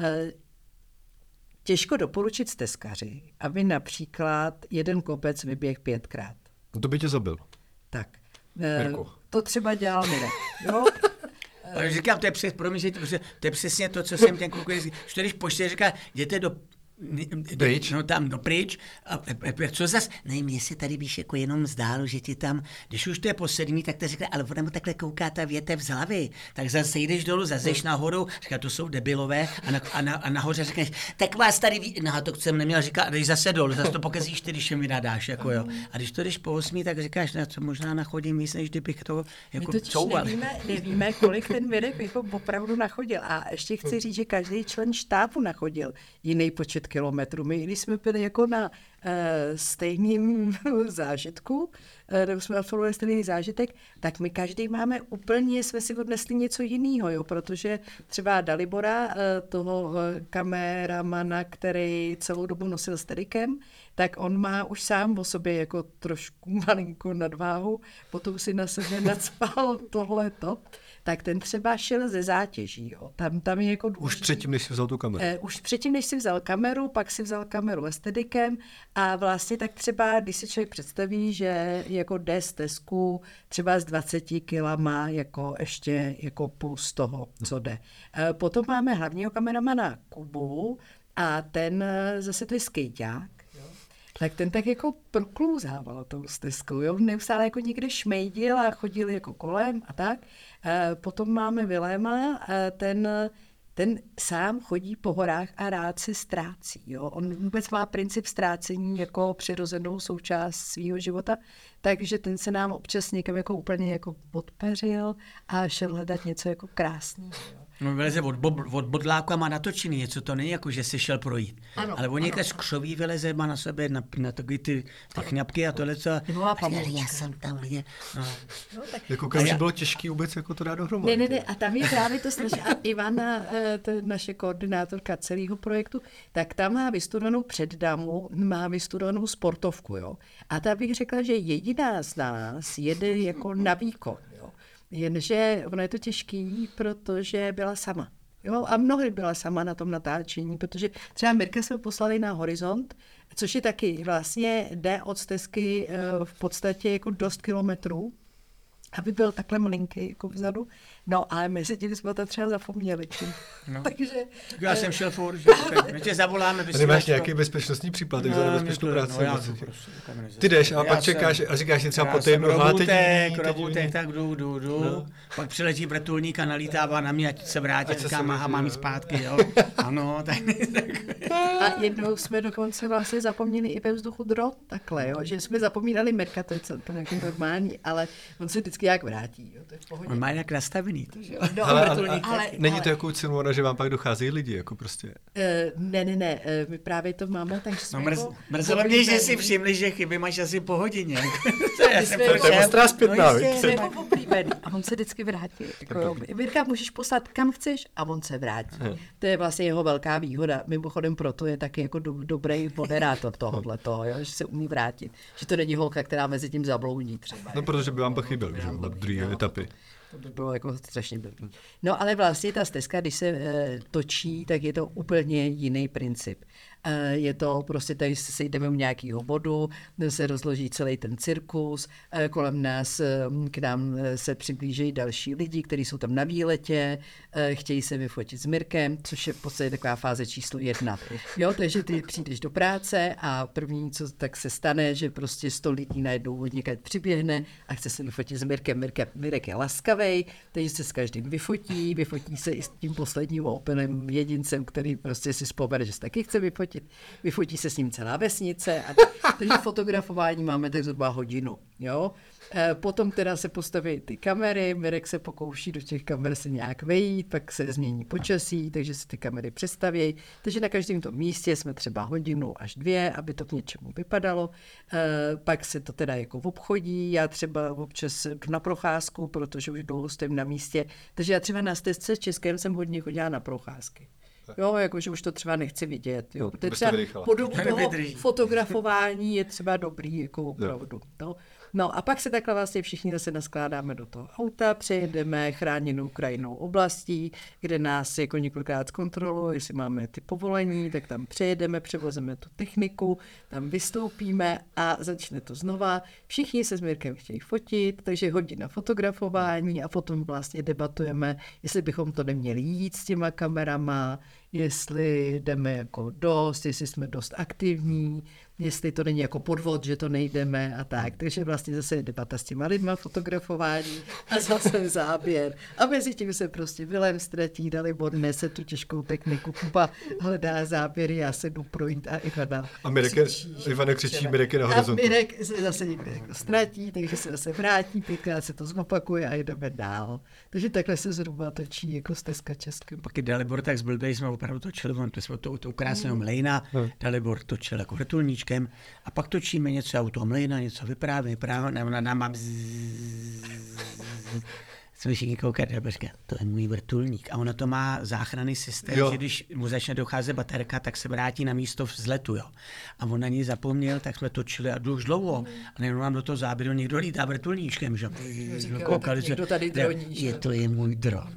[SPEAKER 2] těžko doporučit stezkaři, aby například jeden kopec vyběh pětkrát.
[SPEAKER 1] No to by tě zabil.
[SPEAKER 2] Tak,
[SPEAKER 1] Mirko.
[SPEAKER 2] to třeba dělal Mirek. Jo?
[SPEAKER 3] Ale říkám, to je, přes, promiň, to je přesně to, co jsem ten kluk říkal. Že když pošle, říká, jděte do
[SPEAKER 1] Pryč?
[SPEAKER 3] No tam dopryč. A, a, a co zas? Ne, mně se tady víš jako jenom zdálo, že ti tam, když už to je po sedmý, tak to řekne, ale ona mu takhle kouká ta větev z hlavy. Tak zase jdeš dolů, zase jdeš nahoru, říká, to jsou debilové a, na, a, na, a nahoře řekneš, tak vás tady ví, no to jsem neměl říkat, a jdeš zase dolů, zase to pokazíš ty, když mi nadáš, jako jo. A když to jdeš po osmý, tak říkáš, na co možná nachodím víc, než kdybych to jako
[SPEAKER 2] My totiž
[SPEAKER 3] couval.
[SPEAKER 2] nevíme, nevíme, kolik ten Mirek jako opravdu nachodil. A ještě chci říct, že každý člen štábu nachodil jiný počet kilometrů. My když jsme byli jako na uh, stejným zážitku, uh, nebo jsme absolvovali stejný zážitek, tak my každý máme úplně, jsme si odnesli něco jiného, jo, protože třeba Dalibora, uh, toho uh, kameramana, který celou dobu nosil steadikem, tak on má už sám o sobě jako trošku malinkou nadváhu, potom si na sebe nacpal tohleto, tak ten třeba šel ze zátěží. Jo. Tam, tam je jako
[SPEAKER 1] Už předtím, než jsi vzal tu kameru.
[SPEAKER 2] Uh, už předtím, než si vzal kameru, pak si vzal kameru s steadikem a vlastně tak třeba, když si člověk představí, že jako jde stezku třeba s dvaceti kilama jako ještě jako plus toho, co jde. Uh, potom máme hlavního kameramana Kubu a ten uh, zase to je skejťák. Tak ten tak jako proklouzával tou stezkou, jo, neustále jako někde šmejdil a chodil jako kolem a tak. E, potom máme Viléma, e, ten, ten sám chodí po horách a rád se ztrácí, jo. On vůbec má princip ztrácení jako přirozenou součást svého života, takže ten se nám občas někam jako úplně jako podpeřil a šel hledat něco jako krásného.
[SPEAKER 3] No vyleze od, bo, od bodláku a má natočený něco, to není jako, že se šel projít.
[SPEAKER 2] Ano,
[SPEAKER 3] ale on někde z křoví vyleze, má na sebe na, na takový ty, ty chňapky a tohle, co... Já jsem tam viděl. No.
[SPEAKER 2] No, tak...
[SPEAKER 1] Jako každý bylo těžký vůbec jako to dát dohromady.
[SPEAKER 2] Ne, ne, ne, a tam je právě to strašně. A Ivana, to je naše koordinátorka celého projektu, tak tam má vystudovanou předdamu, má vystudovanou sportovku, jo. A ta bych řekla, že jediná z nás jede jako na výkon, jo. Jenže ono je to těžký, protože byla sama. Jo, a mnohdy byla sama na tom natáčení, protože třeba Mirka jsme poslali na Horizont, což je taky vlastně jde od stezky v podstatě jako dost kilometrů, aby byl takhle malinký jako vzadu. No, ale mezi tím jsme to třeba zapomněli.
[SPEAKER 3] No.
[SPEAKER 2] Takže...
[SPEAKER 3] Já jsem šel furt, že my tě zavoláme.
[SPEAKER 1] A nemáš nějaký bezpečnostní příplatek za nebezpečnou práci?
[SPEAKER 3] No, já prostě,
[SPEAKER 1] ty jdeš a pak čekáš a říkáš si třeba po týdnu, no, teď
[SPEAKER 3] robutek, robutek, tak jdu, jdu, jdu. No. Pak přiletí vrtulník a nalítává na mě, ať se vrátí, ať říká, máha, mám jít zpátky, jo. Ano, tak...
[SPEAKER 2] A jednou jsme dokonce vlastně zapomněli i ve vzduchu dron, takhle, jo, že jsme zapomínali Mirka, to je to nějaký normální, ale on se vždycky jak vrátí, jo, to je v pohodě.
[SPEAKER 3] On má nějak nastavený.
[SPEAKER 2] No,
[SPEAKER 1] ale,
[SPEAKER 2] ale,
[SPEAKER 1] ale,
[SPEAKER 2] ale,
[SPEAKER 1] není
[SPEAKER 2] ale,
[SPEAKER 1] to jako Simona, že vám pak docházejí lidi, jako prostě?
[SPEAKER 2] Uh, ne, ne, ne, uh, my právě to máme, takže jsme
[SPEAKER 3] no, mrz,
[SPEAKER 2] jako...
[SPEAKER 3] Mrzelo mě, že si všimli, že chyby máš asi po hodině.
[SPEAKER 2] to je
[SPEAKER 1] ostrá zpětná,
[SPEAKER 2] no, jsme jako oblíbený a on se vždycky vrátí. Jako, Mirka, můžeš poslat kam chceš a on se vrátí. Hmm. To je vlastně jeho velká výhoda. Mimochodem proto je taky jako do, dobrý moderátor tohohle toho, jo, že se umí vrátit. Že to není holka, která mezi tím zabloudí třeba.
[SPEAKER 1] No, protože by vám pak chyběl, že jo, druhé
[SPEAKER 2] no,
[SPEAKER 1] etapy.
[SPEAKER 2] To by bylo jako strašně blbý. No ale vlastně ta stezka, když se e, točí, tak je to úplně jiný princip. Je to prostě, tady se sejdeme u nějakého bodu, se rozloží celý ten cirkus, kolem nás k nám se přiblíží další lidi, kteří jsou tam na výletě, chtějí se vyfotit s Mirkem, což je v podstatě taková fáze číslo jedna. Jo, takže ty přijdeš do práce a první, co tak se stane, že prostě sto lidí najednou od někde přiběhne a chce se vyfotit s Mirkem. Mirke, Mirek je laskavej, takže se s každým vyfotí, vyfotí se i s tím posledním openem jedincem, který prostě si vzpomene, že se taky chce vyfotit. Vyfotí se s ním celá vesnice. A takže fotografování máme tak zhruba hodinu. Jo? E, potom teda se postaví ty kamery, Mirek se pokouší do těch kamer se nějak vejít, pak se změní počasí, takže se ty kamery přestavějí. Takže na každém tom místě jsme třeba hodinu až dvě, aby to k něčemu vypadalo. E, pak se to teda jako obchodí, já třeba občas jdu na procházku, protože už dlouho stojím na místě, takže já třeba na stezce s Českém jsem hodně chodila na procházky. Jo, jakože už to třeba nechci vidět. Jo. To třeba po dobu toho fotografování je třeba dobrý, jako opravdu. No. no a pak se takhle vlastně všichni zase naskládáme do toho auta, přejedeme chráněnou krajinou oblastí, kde nás jako několikrát zkontroluje, jestli máme ty povolení, tak tam přejedeme, převozeme tu techniku, tam vystoupíme a začne to znova. Všichni se s Mirkem chtějí fotit, takže hodina fotografování a potom vlastně debatujeme, jestli bychom to neměli jít s těma kamerama, jestli jdeme jako dost, jestli jsme dost aktivní, jestli to není jako podvod, že to nejdeme a tak. Takže vlastně zase je debata s těma lidma, fotografování a zase záběr. A mezi tím se prostě Vilém ztratí, Dalibor nese tu těžkou techniku, Kuba hledá záběry, já se jdu projít a Ivana
[SPEAKER 1] A Mirek je, Ivana křičí, Mirek je na horizontu.
[SPEAKER 2] A Mirek se zase někde jako ztratí, takže se zase vrátí, pětkrát se to zopakuje a jdeme dál. Takže takhle se zhruba točí jako stezka Českým.
[SPEAKER 3] Pak je Dalibor tak zblbej, jsme opravdu točili, on to jsme to, to krásného mlejna, hmm. Dalibor točil jako vrtulníčkem a pak točíme něco u toho mlejna, něco vypráví, vypráví, ona nám mám jsme všichni koukat, to je můj vrtulník. A ono to má záchranný systém, jo. Že když mu začne docházet baterka, tak se vrátí na místo vzletu. Jo. A on na ní zapomněl, tak jsme točili a už dlouho. A nejenom nám do toho záběru někdo lítá vrtulníčkem. Že?
[SPEAKER 2] Říkal, koukali, někdo tady droní.
[SPEAKER 3] Je to je můj dron.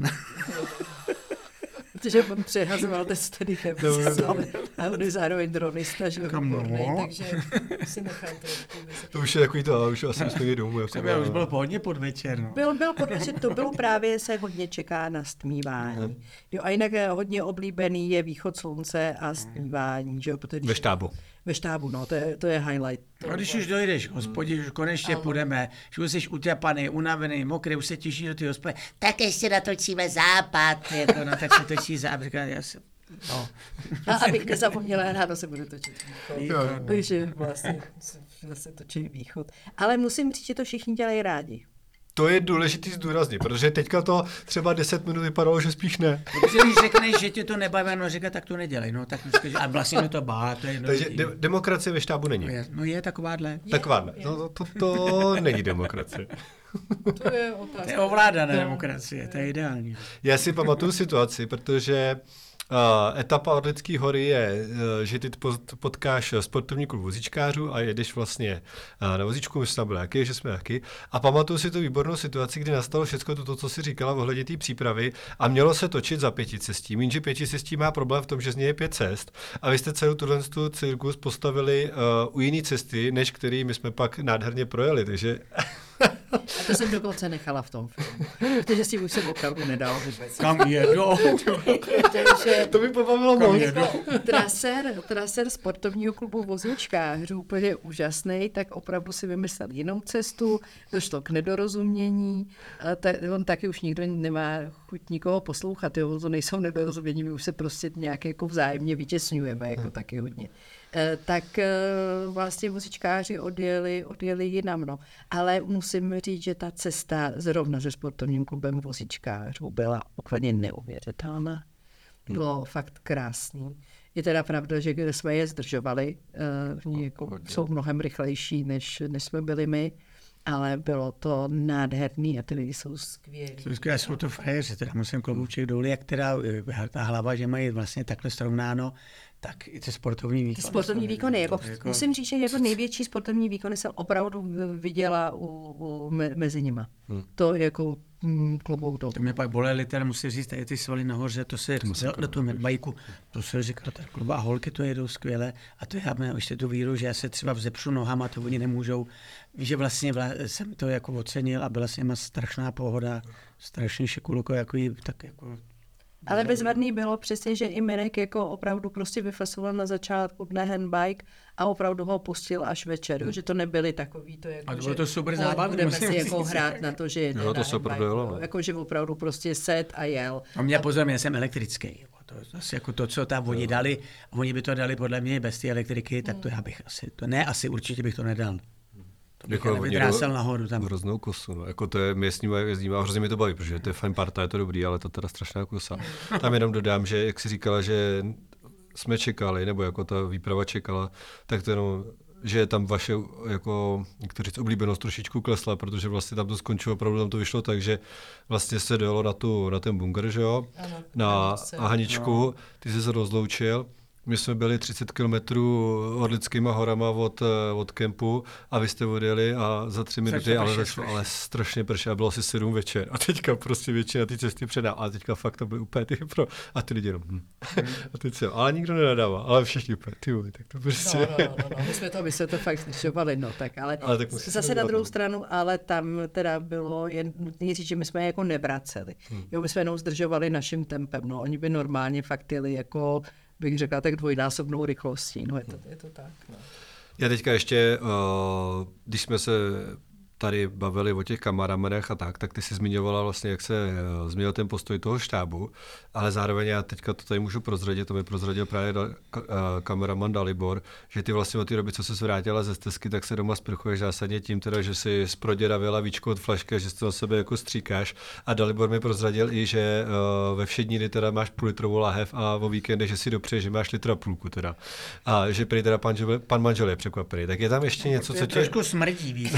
[SPEAKER 2] Protože on přehazoval testy a on je zároveň dronista, že výborný, takže si nechám to.
[SPEAKER 1] To už je takový to, už asi jsme domů. Jako
[SPEAKER 3] to už bylo hodně podvečer. No.
[SPEAKER 2] Byl, byl podvečer, to bylo právě, se hodně čeká na stmívání. Jo, a jinak hodně oblíbený je východ slunce a stmívání. Že? Protože
[SPEAKER 1] ve štábu.
[SPEAKER 2] Ve štábu, no, to je, to je highlight.
[SPEAKER 3] A když už dojdeš, hospodě, už konečně Aho. půjdeme, že už jsi utěpaný, unavený, mokrý, už se těší do ty hospody, tak ještě natočíme západ. Je to, no, tak se točí západ. Já se, no.
[SPEAKER 2] A abych nezapomněla, ráno se bude točit východ. Takže vlastně se točí východ. Ale musím říct, že to všichni dělají rádi.
[SPEAKER 1] To je důležitý zdůraznit, protože teďka to třeba deset minut vypadalo, že spíš ne.
[SPEAKER 3] Protože když řekneš, že tě to nebaví, no říká, tak to nedělej, no tak říkáš, a vlastně to bá, to je no,
[SPEAKER 1] takže de- demokracie ve štábu není.
[SPEAKER 3] No je, no je takováhle.
[SPEAKER 1] Taková, no to, to, to není demokracie.
[SPEAKER 2] To je otázka.
[SPEAKER 3] To je ovládaná demokracie, to je ideální.
[SPEAKER 1] Já si pamatuju situaci, protože Uh, etapa od Lidské hory je, uh, že ty potkáš sportovní klub vozíčkářů a jedeš vlastně uh, na vozíčku, my jsme tam byli jaký, že jsme jaký. A pamatuju si tu výbornou situaci, kdy nastalo všechno to, co si říkala ohledně té přípravy a mělo se točit za pěticestí. Jenže pěticestí má problém v tom, že z něj je pět cest a vy jste celou tuhle cirkus postavili uh, u jiné cesty, než který my jsme pak nádherně projeli, takže...
[SPEAKER 2] A to jsem dokonce nechala v tom filmu, protože si už jsem opravdu nedal vůbec.
[SPEAKER 3] Kam jedu?
[SPEAKER 1] To mi pobavilo moc.
[SPEAKER 2] Traser, traser sportovního klubu vozíčkářů, úplně úžasný, tak opravdu si vymyslel jinou cestu, došlo k nedorozumění, ta, on taky už nikdo nemá chuť nikoho poslouchat, jo, to nejsou nedorozumění, my už se prostě nějak jako vzájemně vytěsňujeme, jako hmm. taky hodně. Tak vlastně vozíčkáři odjeli, odjeli jinam, no. Ale musím říct, že ta cesta zrovna se sportovním klubem vozíčkářů byla úplně neuvěřitelná. Bylo hmm. fakt krásný. Je teda pravda, že když jsme je zdržovali, uh, jako jsou mnohem rychlejší, než, než jsme byli my, ale bylo to nádherný a ty lidi jsou skvělí.
[SPEAKER 3] Jsou skvělí, jsou to frajeři, teda musím klobouček dolů, jak teda ta hlava, že mají vlastně takhle srovnáno, tak i ty sportovní výkony.
[SPEAKER 2] Ty sportovní výkony, jako,
[SPEAKER 3] jako...
[SPEAKER 2] musím říct, že jako největší sportovní výkony jsem opravdu viděla u, u, me, mezi nima. Hmm. To je jako mm, klobouk dolů.
[SPEAKER 3] To mě pak bolely, teda musím říct, tady ty svaly nahoře, to se na tom bajku, to se říká, tak kluba a holky to jedou skvěle a to já mám ještě tu víru, že já se třeba vzepřu nohama, to oni nemůžou. Víš, že vlastně vla, jsem to jako ocenil a byla s nima strašná pohoda, strašně šekuloko, jako jí, tak jako...
[SPEAKER 2] Ale bezvadný bylo přesně, že i Mirek jako opravdu prostě vyfasoval na začátku dne handbike a opravdu ho pustil až večer, hmm. že to nebyly takový to jako,
[SPEAKER 3] a to
[SPEAKER 2] že
[SPEAKER 3] to super zábavné,
[SPEAKER 2] budeme si jako hrát na to, že jede
[SPEAKER 1] no, to
[SPEAKER 2] na
[SPEAKER 1] se prodojelo.
[SPEAKER 2] Jako, že opravdu prostě set a jel.
[SPEAKER 3] A mě pozor, já jsem elektrický. To je asi jako to, co tam oni dali, a oni by to dali podle mě bez té elektriky, tak to já bych asi, to ne, asi určitě bych to nedal. To bych jako nevydrásal nahoru tam.
[SPEAKER 1] Hroznou kosu, no. Jako to je městní moje jezdím a hrozně mi to baví, protože to je fajn parta, je to dobrý, ale to teda strašná kosa. Tam jenom dodám, že jak jsi říkala, že jsme čekali, nebo jako ta výprava čekala, tak to jenom, že tam vaše, jako, jak to říct, oblíbenost trošičku klesla, protože vlastně tam to skončilo, opravdu tam to vyšlo tak, že vlastně se dojelo na, tu, na ten bunkr, že jo, ano, na Haničku, no. Ty jsi se rozloučil. My jsme byli třicet kilometrů Orlickýma horama od, od kempu a vy jste odjeli a za tři minuty, ale, začalo, ale strašně prše a bylo asi sedm večer. A teďka prostě většina ty cesty předá. A teďka fakt to byly úplně ty pro. A ty lidi jenom. Hm. A teď se, ale nikdo nenadává, ale všichni úplně, ty vole, tak to prostě.
[SPEAKER 2] No, no, no, no. My jsme to, my jsme to fakt slyšovali, no tak, ale, ale tak zase na druhou stranu, ale tam teda bylo jen nutné říct, že my jsme jako nevraceli. Hmm. Jo, my jsme jenom zdržovali naším tempem, no, oni by normálně fakt jeli jako bych řekla, tak dvojnásobnou rychlostí. No je to, je to tak. No.
[SPEAKER 1] Já teďka ještě, uh, když jsme se tady bavili o těch kameramanech a tak, tak ty jsi zmiňovala vlastně, jak se uh, změnil ten postoj toho štábu, ale zároveň já teďka to tady můžu prozradit, to mi prozradil právě da, ka, uh, kameraman Dalibor, že ty vlastně od té doby, co se vrátila ze stezky, tak se doma sprchuješ zásadně tím teda, že si zproděravila víčko od flašky, že si to na sebe jako stříkáš a Dalibor mi prozradil i, že uh, ve všední dny teda máš půl litrovou lahev a o víkendech, že si dopřeješ, že máš litra půlku teda. A že prý teda pan, pan manžel je překvapený. Tak je tam ještě něco, co tě...
[SPEAKER 3] Trošku smrdí, víc.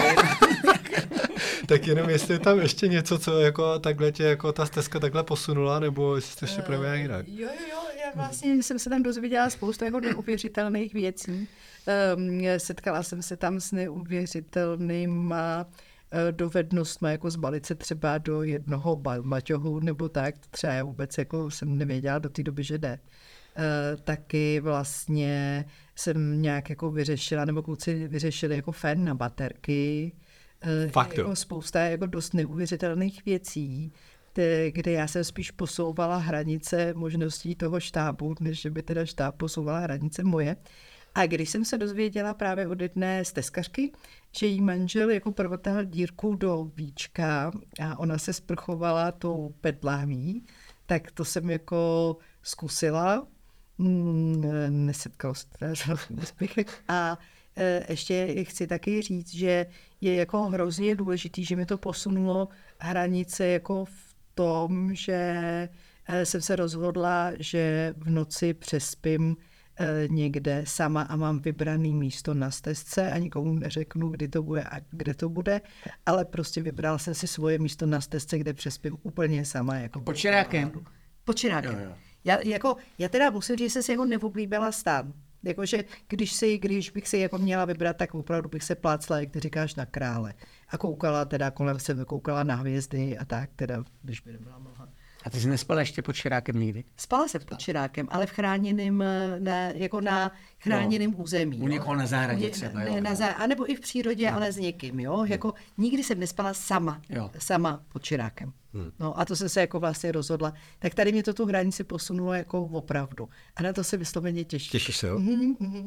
[SPEAKER 1] Tak jenom jestli je tam ještě něco, co jako takhle tě jako ta stezka takhle posunula, nebo jestli to ještě proběhá jinak.
[SPEAKER 2] Jo, jo, jo, já vlastně jsem se tam dozvěděla spoustu jako neuvěřitelných věcí. Um, setkala jsem se tam s neuvěřitelnýma dovednostma, jako zbalit se třeba do jednoho balmaťohu, nebo tak, třeba já vůbec jako jsem nevěděla do té doby, že jde. Uh, taky vlastně jsem nějak jako vyřešila, nebo kluci vyřešili jako fén na baterky,
[SPEAKER 1] Fakt,
[SPEAKER 2] jako spousta jako dost neuvěřitelných věcí, kde já jsem spíš posouvala hranice možností toho štábu, než by teda štáb posouvala hranice moje. A když jsem se dozvěděla právě od jedné stezkařky, že jí manžel jako provrtal dírku do víčka a ona se sprchovala tou pedláví, tak to jsem jako zkusila. Nesetkala se teda nespěchek. A ještě chci taky říct, že je jako hrozně důležitý, že mi to posunulo hranice jako v tom, že jsem se rozhodla, že v noci přespím někde sama a mám vybraný místo na stezce a nikomu neřeknu, kdy to bude a kde to bude, ale prostě vybral jsem si svoje místo na stezce, kde přespím úplně sama. Jako
[SPEAKER 3] pod Čirákem.
[SPEAKER 2] Pod Čirákem. Já, jako, já teda musím říct, že jsem si jako neoblíbila stán. Jakože když, si, když bych si jako měla vybrat, tak opravdu bych se plácla, jak ty říkáš, na krále. A koukala teda, kolem jsem koukala na hvězdy a tak, teda, když by nebyla mlha.
[SPEAKER 3] A ty jsi nespala ještě pod Čirákem nikdy?
[SPEAKER 2] Spala jsem pod Čirákem, ale v chráněném, na, jako na chráněném no, území.
[SPEAKER 3] U někoho na zahradě třeba,
[SPEAKER 2] jo. Ne, na zá, a nebo i v přírodě, no. Ale s někým, jo. Jako nikdy jsem nespala sama, jo. sama pod Čirákem. Hmm. No a to jsem se jako vlastně rozhodla. Tak tady mě to tu hranici posunulo jako opravdu. A na to se vysloveně těším.
[SPEAKER 1] Těšíš se, jo?
[SPEAKER 2] Mm-hmm.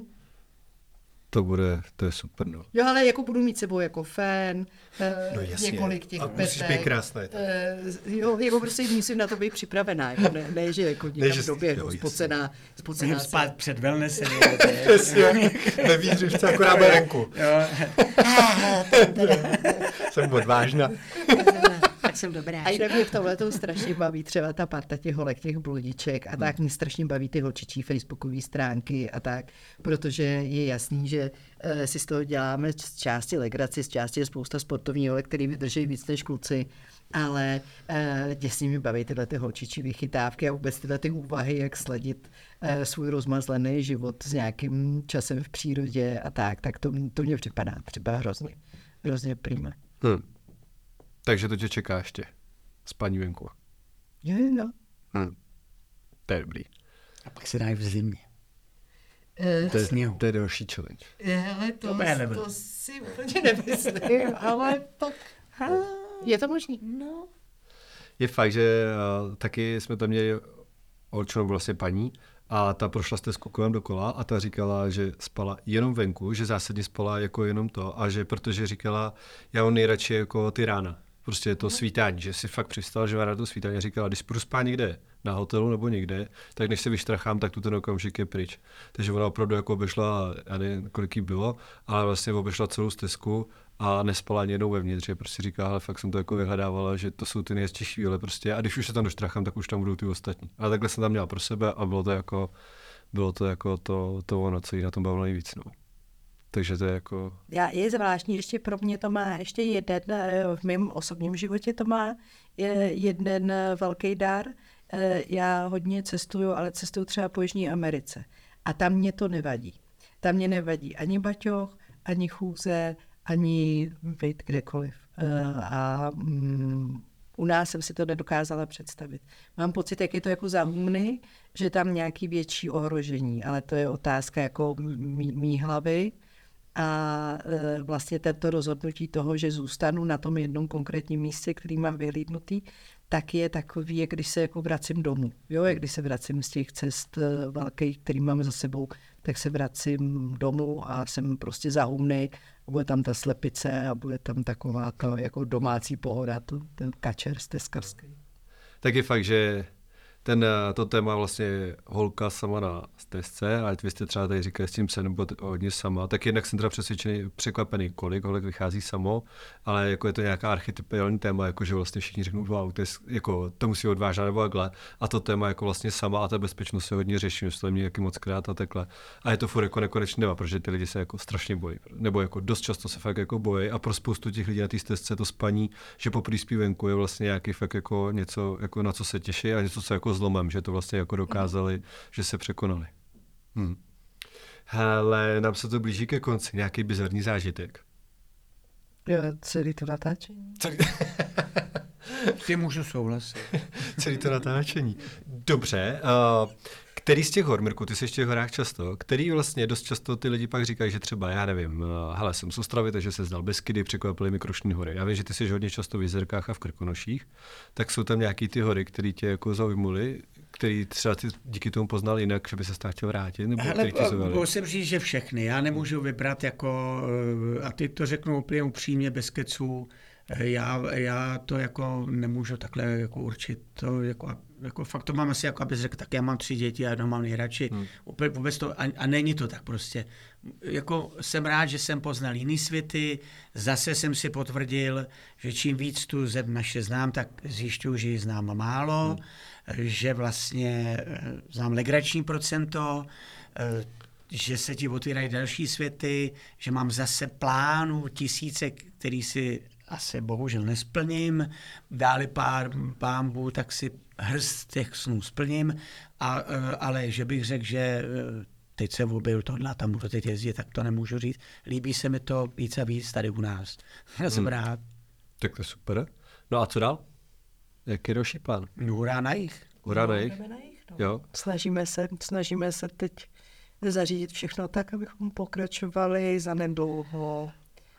[SPEAKER 1] To bude, to je super, no.
[SPEAKER 2] Jo, ale jako budu mít sebou jako fén,
[SPEAKER 1] no, jasně.
[SPEAKER 2] několik těch petek.
[SPEAKER 1] A musíš být krásný.
[SPEAKER 2] Uh, jo, jako prostě musím na to být připravená, jako ne, ne že jako někam doběhnu, spocená, spocená.
[SPEAKER 3] Můžu spát před wellnessem.
[SPEAKER 1] Přesně, ve výřivce akorát berenku. Jsem odvážná.
[SPEAKER 3] tak jsem dobrá.
[SPEAKER 2] A jinak mě v tomhle to strašně baví třeba ta parta těch holek, těch bludiček a tak mě strašně baví ty holčičí facebookové stránky a tak, protože je jasný, že uh, si z toho děláme z části legraci, z části je spousta sportovních holek, který vydrží víc než kluci, ale uh, děsně mi baví tyhle ty holčičí vychytávky a vůbec tyhle ty úvahy, jak sledit uh, svůj rozmazlený život s nějakým časem v přírodě a tak, tak to, to mě připadá třeba hrozně, hrozně prima.
[SPEAKER 1] Hmm. Takže to tě čeká ještě. Spaní venku.
[SPEAKER 2] Jo, jo.
[SPEAKER 1] Hmm. To je dobrý.
[SPEAKER 3] A pak se dají v zimě.
[SPEAKER 2] Eh,
[SPEAKER 1] To je,
[SPEAKER 3] Sněhu.
[SPEAKER 1] to je další challenge.
[SPEAKER 2] Ale to,
[SPEAKER 3] To bude nebyl.
[SPEAKER 2] to si úplně nemyslím, ale tak je to možný.
[SPEAKER 3] No.
[SPEAKER 1] Je fakt, že uh, taky jsme tam měli holčinu vlastně paní a ta prošla stezku kolem dokola a ta říkala, že spala jenom venku, že zásadně spala jako jenom to a že protože říkala, já mám nejradši jako ty rána. Prostě to svítání, že si fakt přistala, že má rád to svítání a říkala, když budu spát někde na hotelu nebo někde, tak než se vyštrachám, tak tu ten okamžik je pryč. Takže ona opravdu jako obešla, já nevím, kolik jí bylo, ale vlastně obešla celou stezku a nespala ani jednou vevnitř, že prostě říká, ale fakt jsem to jako vyhledávala, že to jsou ty nejhezčí chvíle prostě a když už se tam doštrachám, tak už tam budou ty ostatní. Ale takhle jsem tam měla pro sebe a bylo to jako, bylo to jako to, to ono, co jí na tom bavilo nejvíc. No. Takže to je jako...
[SPEAKER 2] Já, je zvláštní, ještě pro mě to má ještě jeden, v mém osobním životě to má je jeden velký dar. Já hodně cestuju, ale cestuju třeba po Jižní Americe. A tam mě to nevadí. Tam mě nevadí ani baťoch, ani chůze, ani být kdekoliv. A mm, u nás jsem si to nedokázala představit. Mám pocit, jak je to jako za humny, že tam nějaký větší ohrožení, ale to je otázka jako mý, mý hlavy. A e, vlastně tento rozhodnutí toho, že zůstanu na tom jednom konkrétním místě, který mám vyhlídnutý, tak je takový, jak když se jako vracím domů. Jo, jak když se vracím z těch cest e, velkých, který mám za sebou, tak se vracím domů a jsem prostě zahumnej. Bude tam ta slepice a bude tam taková to jako domácí pohoda, to, ten kačer stezkarský.
[SPEAKER 1] Tak je fakt, že ten, to téma vlastně holka sama na stezce, ale vy jste třeba tady říkali s tím se nebo hodně sama, tak jednak jsem teda přesvědčený, překvapený, kolik holek vychází samo, ale jako je to nějaká archetypální téma, jako že vlastně všichni řeknou, wow, to, je, jako, to musí odvážet nebo takhle. A to téma jako vlastně sama a ta bezpečnost se hodně řeší, že to mě taky moc krát a takhle. A je to furt jako nekonečný téma, protože ty lidi se jako strašně bojí, nebo jako dost často se fakt jako bojí a pro spoustu těch lidí na té stezce to spaní, že po prýspí venku je vlastně nějaký fakt jako něco, jako na co se těší a něco, co jako zlomem, že to vlastně jako dokázali, mm. že se překonali. Hmm. Hele, nám se to blíží ke konci, nějaký bizarní zážitek.
[SPEAKER 2] Jo, celý to natáčení.
[SPEAKER 1] Celý...
[SPEAKER 3] Ty můžu souhlasit.
[SPEAKER 1] celý to natáčení. Dobře, uh, který z těch hor, Mirku, ty jsi v těch horách často, který vlastně dost často ty lidi pak říkají, že třeba, já nevím, uh, hele, jsem z Ostravy, takže se znal Beskydy, překvapily mi Krušné hory. Já vím, že ty jsi hodně často v Jizerkách a v Krkonoších, tak jsou tam nějaký ty hory, které tě jako zaujmuly, který třeba ty díky tomu poznal jinak, že by se stát chtěl vrátit, nebo
[SPEAKER 3] Hele,
[SPEAKER 1] který ti zaujali?
[SPEAKER 3] musím říct, že všechny. Já nemůžu vybrat jako, a ty to řeknu úplně upřímně, bez keců, já, já to jako nemůžu takhle jako určit. To jako, jako fakt to mám asi jako, abys řekl, tak já mám tři děti a jedno mám nejradši. Hmm. Úplně vůbec to, a, a není to tak prostě. Jako jsem rád, že jsem poznal jiný světy, zase jsem si potvrdil, že čím víc tu zem naše znám, tak zjišťuju, že ji znám málo, hmm. že vlastně znám legrační procento, že se ti otvírají další světy, že mám zase plánu tisíce, který si asi bohužel nesplním, dáli pár pámbů, tak si hrst těch snů splním, a, ale že bych řekl, že teď se objevil tohle a tam budu teď jezdit, tak to nemůžu říct. Líbí se mi to víc a víc tady u nás. Já jsem hmm. rád.
[SPEAKER 1] Tak to je super. No a co dál? Jaký je další plán?
[SPEAKER 3] Hurá na jich.
[SPEAKER 1] Hurá na jich? Jo.
[SPEAKER 2] Snažíme se, snažíme se teď zařídit všechno tak, abychom pokračovali za nedlouho.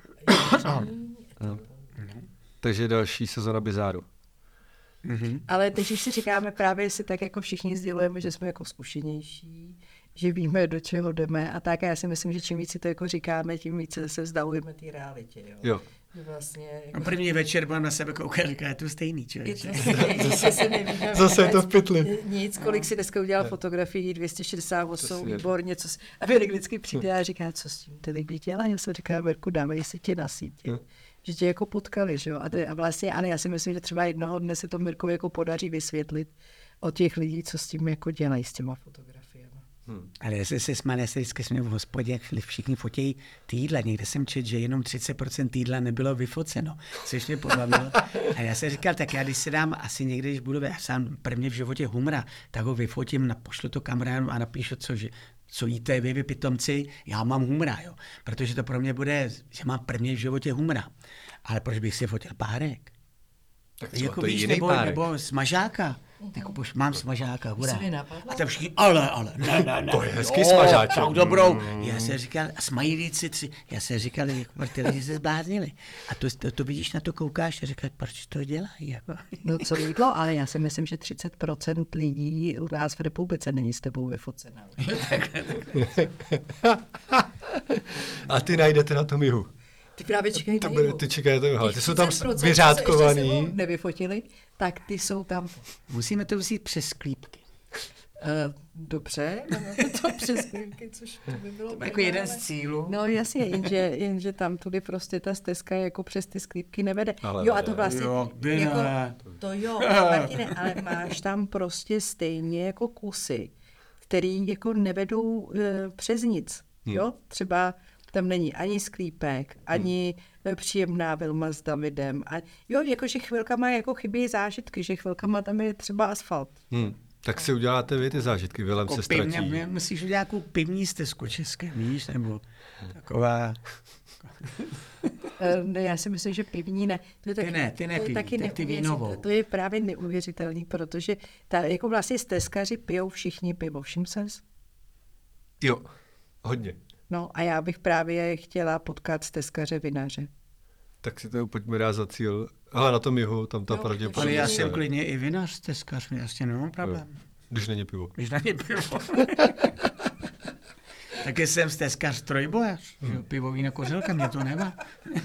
[SPEAKER 1] No. Takže další sezona Bizáru.
[SPEAKER 2] Mm-hmm. Ale teď, když si říkáme právě, si tak jako všichni sdělujeme, že jsme jako zkušenější, že víme, do čeho jdeme a tak. A já si myslím, že čím víc si to jako říkáme, tím více se vzdalujeme té realitě. Jo.
[SPEAKER 1] jo.
[SPEAKER 2] Vlastně, jako...
[SPEAKER 3] no první večer budeme na sebe koukat, říká, je to stejný, člověče.
[SPEAKER 2] Zase se nevíme.
[SPEAKER 1] Zase je to v pytli.
[SPEAKER 2] Nic, kolik si dneska udělal fotografií, dvě stě šedesát osm, výborně, co si... A Věrek vždycky přijde a říká, co s tím ty lidi dělají. Já jsem říká, Verku, dáme si tě na sítě. že tě jako potkali, že jo. A, ty, a vlastně, ale já si myslím, že třeba jednoho dne se to Mirkovi jako podaří vysvětlit od těch lidí, co s tím jako dělají, s těma fotografiemi.
[SPEAKER 3] Hmm. Ale jestli se smáli, já se vždycky jsme v hospodě, všichni fotějí ty jídla. Někde jsem četl, že jenom třicet procent jídla nebylo vyfoceno, což mě pobavilo. A já jsem říkal, tak já když se dám asi někde, když budu, já sám prvně v životě humra, tak ho vyfotím, pošlu to kamarádům a napíšu, co, že, co jíte vy, vy pitomci, já mám humra, jo. Protože to pro mě bude, že mám prvně v životě humra. Ale proč bych si fotil párek?
[SPEAKER 1] Tak třeba
[SPEAKER 3] jako
[SPEAKER 1] to je
[SPEAKER 3] víš,
[SPEAKER 1] jiný
[SPEAKER 3] nebo,
[SPEAKER 1] párek.
[SPEAKER 3] nebo smažáka. Tak už mám smažáka, hurá.
[SPEAKER 2] To mi napadlo.
[SPEAKER 3] A tam všichni, ale, ale, ne, ne, ne.
[SPEAKER 1] To je hezký
[SPEAKER 3] jo,
[SPEAKER 1] smažáček.
[SPEAKER 3] Tak dobrou. Já jsem říkal, a smajlíci tři, já jsem říkal, jak ty lidi se zbláznili. A to, to, to vidíš, na to koukáš a říkáš, proč to dělají? Jako.
[SPEAKER 2] No co jídlo, ale já si myslím, že třicet procent lidí u nás v republice není s tebou vyfocená.
[SPEAKER 1] A ty najdete na tom jihu.
[SPEAKER 2] Ty právě čekají
[SPEAKER 1] To
[SPEAKER 2] na
[SPEAKER 1] bude,
[SPEAKER 2] jihu.
[SPEAKER 1] ty čekají to jihu. Ty jsou tam
[SPEAKER 2] třicet procent, co
[SPEAKER 1] vyřádkovaný.
[SPEAKER 2] ještě sebou nevyfotili, tak ty jsou tam.
[SPEAKER 3] Musíme to vzít přes sklípky.
[SPEAKER 2] Uh, dobře, máme to přes chvílky, což to by bylo...
[SPEAKER 3] Jako jeden z cílů.
[SPEAKER 2] No jasně, jenže, jenže tam tudy prostě ta stezka jako přes ty sklípky nevede.
[SPEAKER 1] Ale
[SPEAKER 2] jo a to vlastně,
[SPEAKER 3] jo, kdy
[SPEAKER 2] jako,
[SPEAKER 3] ne.
[SPEAKER 2] to jo, Martine, ale máš tam prostě stejně jako kusy, který jako nevedou uh, přes nic,
[SPEAKER 1] Hmm.
[SPEAKER 2] jo, třeba tam není ani sklípek, ani hmm. příjemná Vilma s Davidem, a jo, jakože chvilkama jako chybí zážitky, že chvilkama tam je třeba asfalt.
[SPEAKER 1] Hmm. Tak si uděláte vy ty zážitky, Vilém se ztratí.
[SPEAKER 3] Pivně, musíš udělat nějakou pivní stezku české, víš, nebo taková...
[SPEAKER 2] Ne, já si myslím, že pivní ne. To je taky,
[SPEAKER 3] ty ne, ty ne
[SPEAKER 2] to je
[SPEAKER 3] pivní,
[SPEAKER 2] taky
[SPEAKER 3] tak ty
[SPEAKER 2] neuvěřitelný.
[SPEAKER 3] vínovou.
[SPEAKER 2] To je právě neuvěřitelný, protože ta, jako vlastně stezkaři pijou všichni pivo, všim ses?
[SPEAKER 1] Jo, hodně.
[SPEAKER 2] No a já bych právě chtěla potkat stezkaře vinaře.
[SPEAKER 1] Tak si to pojďme dát za cíl. Ale na tom jihu, tam ta
[SPEAKER 2] Jo,
[SPEAKER 1] pravděpodobnost.
[SPEAKER 3] Ale já
[SPEAKER 1] je.
[SPEAKER 3] jsem klidně i vinař stezkař, jasně nemám problém.
[SPEAKER 1] Když není pivo.
[SPEAKER 3] Když na ně pivo. Taky jsem stezkař trojbojař, že jo, pivo, víno, kořelka, mě to nemá.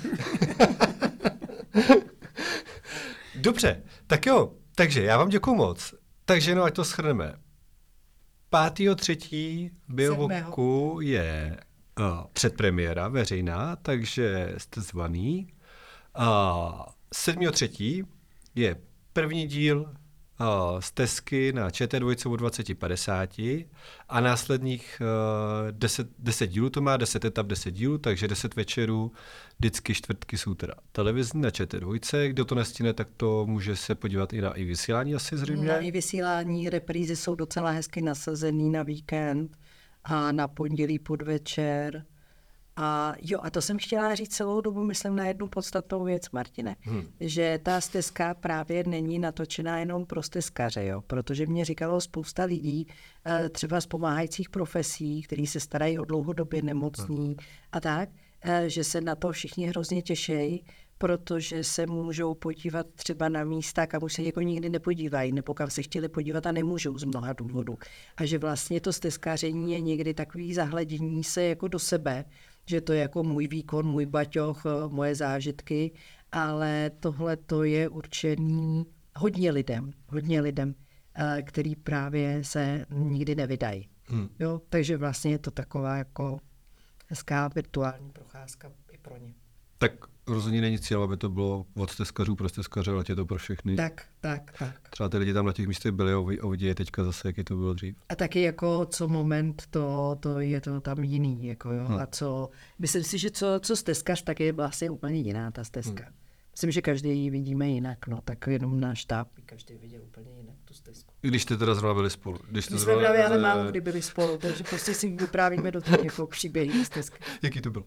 [SPEAKER 1] Dobře, tak jo. Takže já vám děkuju moc. Takže no, ať to shrneme. pátého třetího v Biovoku je uh, předpremiéra veřejná, takže jste zvaný. Uh, sedmého třetího je první díl uh, stezky na Č T dva o dvacet padesát a následních uh, deset, deset dílů to má, deset etap, deset dílů, takže deset večerů, vždycky čtvrtky jsou teda televizní na Č T dva. Kdo to nestihne, tak to může se podívat i na i vysílání asi zřejmě.
[SPEAKER 2] Na i vysílání, reprízy jsou docela hezky nasazený na víkend a na pondělí podvečer. A jo, a to jsem chtěla říct celou dobu, myslím na jednu podstatnou věc, Martine, hmm. že ta stezka právě není natočená jenom pro stezkaře, jo, protože mě říkalo spousta lidí, třeba z pomáhajících profesí, kteří se starají o dlouhodobě nemocní hmm. a tak, že se na to všichni hrozně těšejí, protože se můžou podívat třeba na místa, kam už se jako nikdy nepodívají, nebo kam se chtěli podívat a nemůžou z mnoha důvodů. A že vlastně to stezkaření je někdy takový zahledění se jako do sebe, že to je jako můj výkon, můj baťoch, moje zážitky, ale tohle to je určený hodně lidem, hodně lidem, který právě se nikdy nevydají. Hmm. Jo, takže vlastně je to taková jako hezká virtuální procházka i pro ně.
[SPEAKER 1] Tak rozhodně není cíl, aby to bylo od stezkařů pro stezkaře, ale je to pro všechny.
[SPEAKER 2] Tak, tak, tak.
[SPEAKER 1] Třeba ty lidi tam na těch místech byli a uvidí teďka zase, jaký to bylo dřív.
[SPEAKER 2] A taky jako co moment, to, to je to tam jiný, jako jo. Hmm. A co, myslím si, že co, co stezkař, tak je vlastně úplně jiná ta stezka. Hmm. Myslím, že každý ji vidíme jinak, no, tak jenom náš štáb, každý viděl úplně jinak tu stezku.
[SPEAKER 1] I když jste teda zrovna byli spolu. Když
[SPEAKER 2] My jsme právě ale málo kdy byli spolu, takže prostě si vyprávíme do těch jako příběhy stezky.
[SPEAKER 1] Jaký to bylo?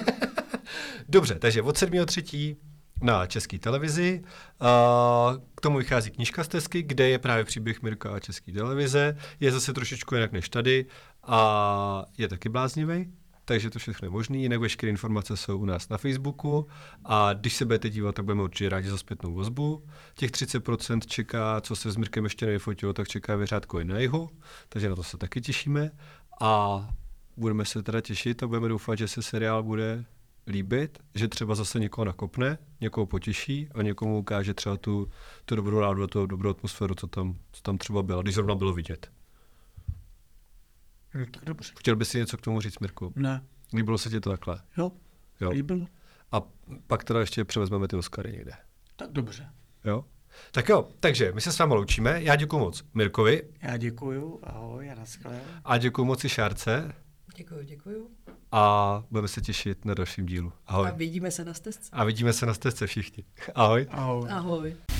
[SPEAKER 1] Dobře, takže od sedmého třetího na České televizi. K tomu vychází knížka stezky, kde je právě příběh Mirka a České televize. Je zase trošičku jinak než tady a je taky bláznivý, takže to všechno je možný. Jinak veškeré informace jsou u nás na Facebooku a když se budete dívat, tak budeme určitě rádi za zpětnou vazbu. Těch třicet procent čeká, co se s Mirkem ještě nevyfotilo, tak čeká vyřádko i na jihu, takže na to se taky těšíme a budeme se teda těšit a budeme doufat, že se seriál bude líbit, že třeba zase někoho nakopne, někoho potěší a někomu ukáže třeba tu, tu dobrou náladu, tu dobrou atmosféru, co tam, co tam třeba byla, když zrovna bylo vidět.
[SPEAKER 3] No, tak dobře.
[SPEAKER 1] Chtěl bys si něco k tomu říct, Mirku?
[SPEAKER 3] Ne.
[SPEAKER 1] Líbilo se ti to takhle?
[SPEAKER 3] Jo,
[SPEAKER 1] Jo.
[SPEAKER 3] líbilo.
[SPEAKER 1] a pak teda ještě převezmeme ty Oscary někde.
[SPEAKER 3] Tak dobře.
[SPEAKER 1] Jo? Tak jo, takže my se s vámi loučíme. Já děkuji moc Mirkovi.
[SPEAKER 3] Já děkuju, ahoj a naschle.
[SPEAKER 1] A děkuji moc i Šárce.
[SPEAKER 2] Děkuju, děkuju.
[SPEAKER 1] A budeme se těšit na dalším dílu. Ahoj.
[SPEAKER 2] A vidíme se na stezce.
[SPEAKER 1] A vidíme se na stezce všichni. Ahoj.
[SPEAKER 3] Ahoj.
[SPEAKER 2] Ahoj.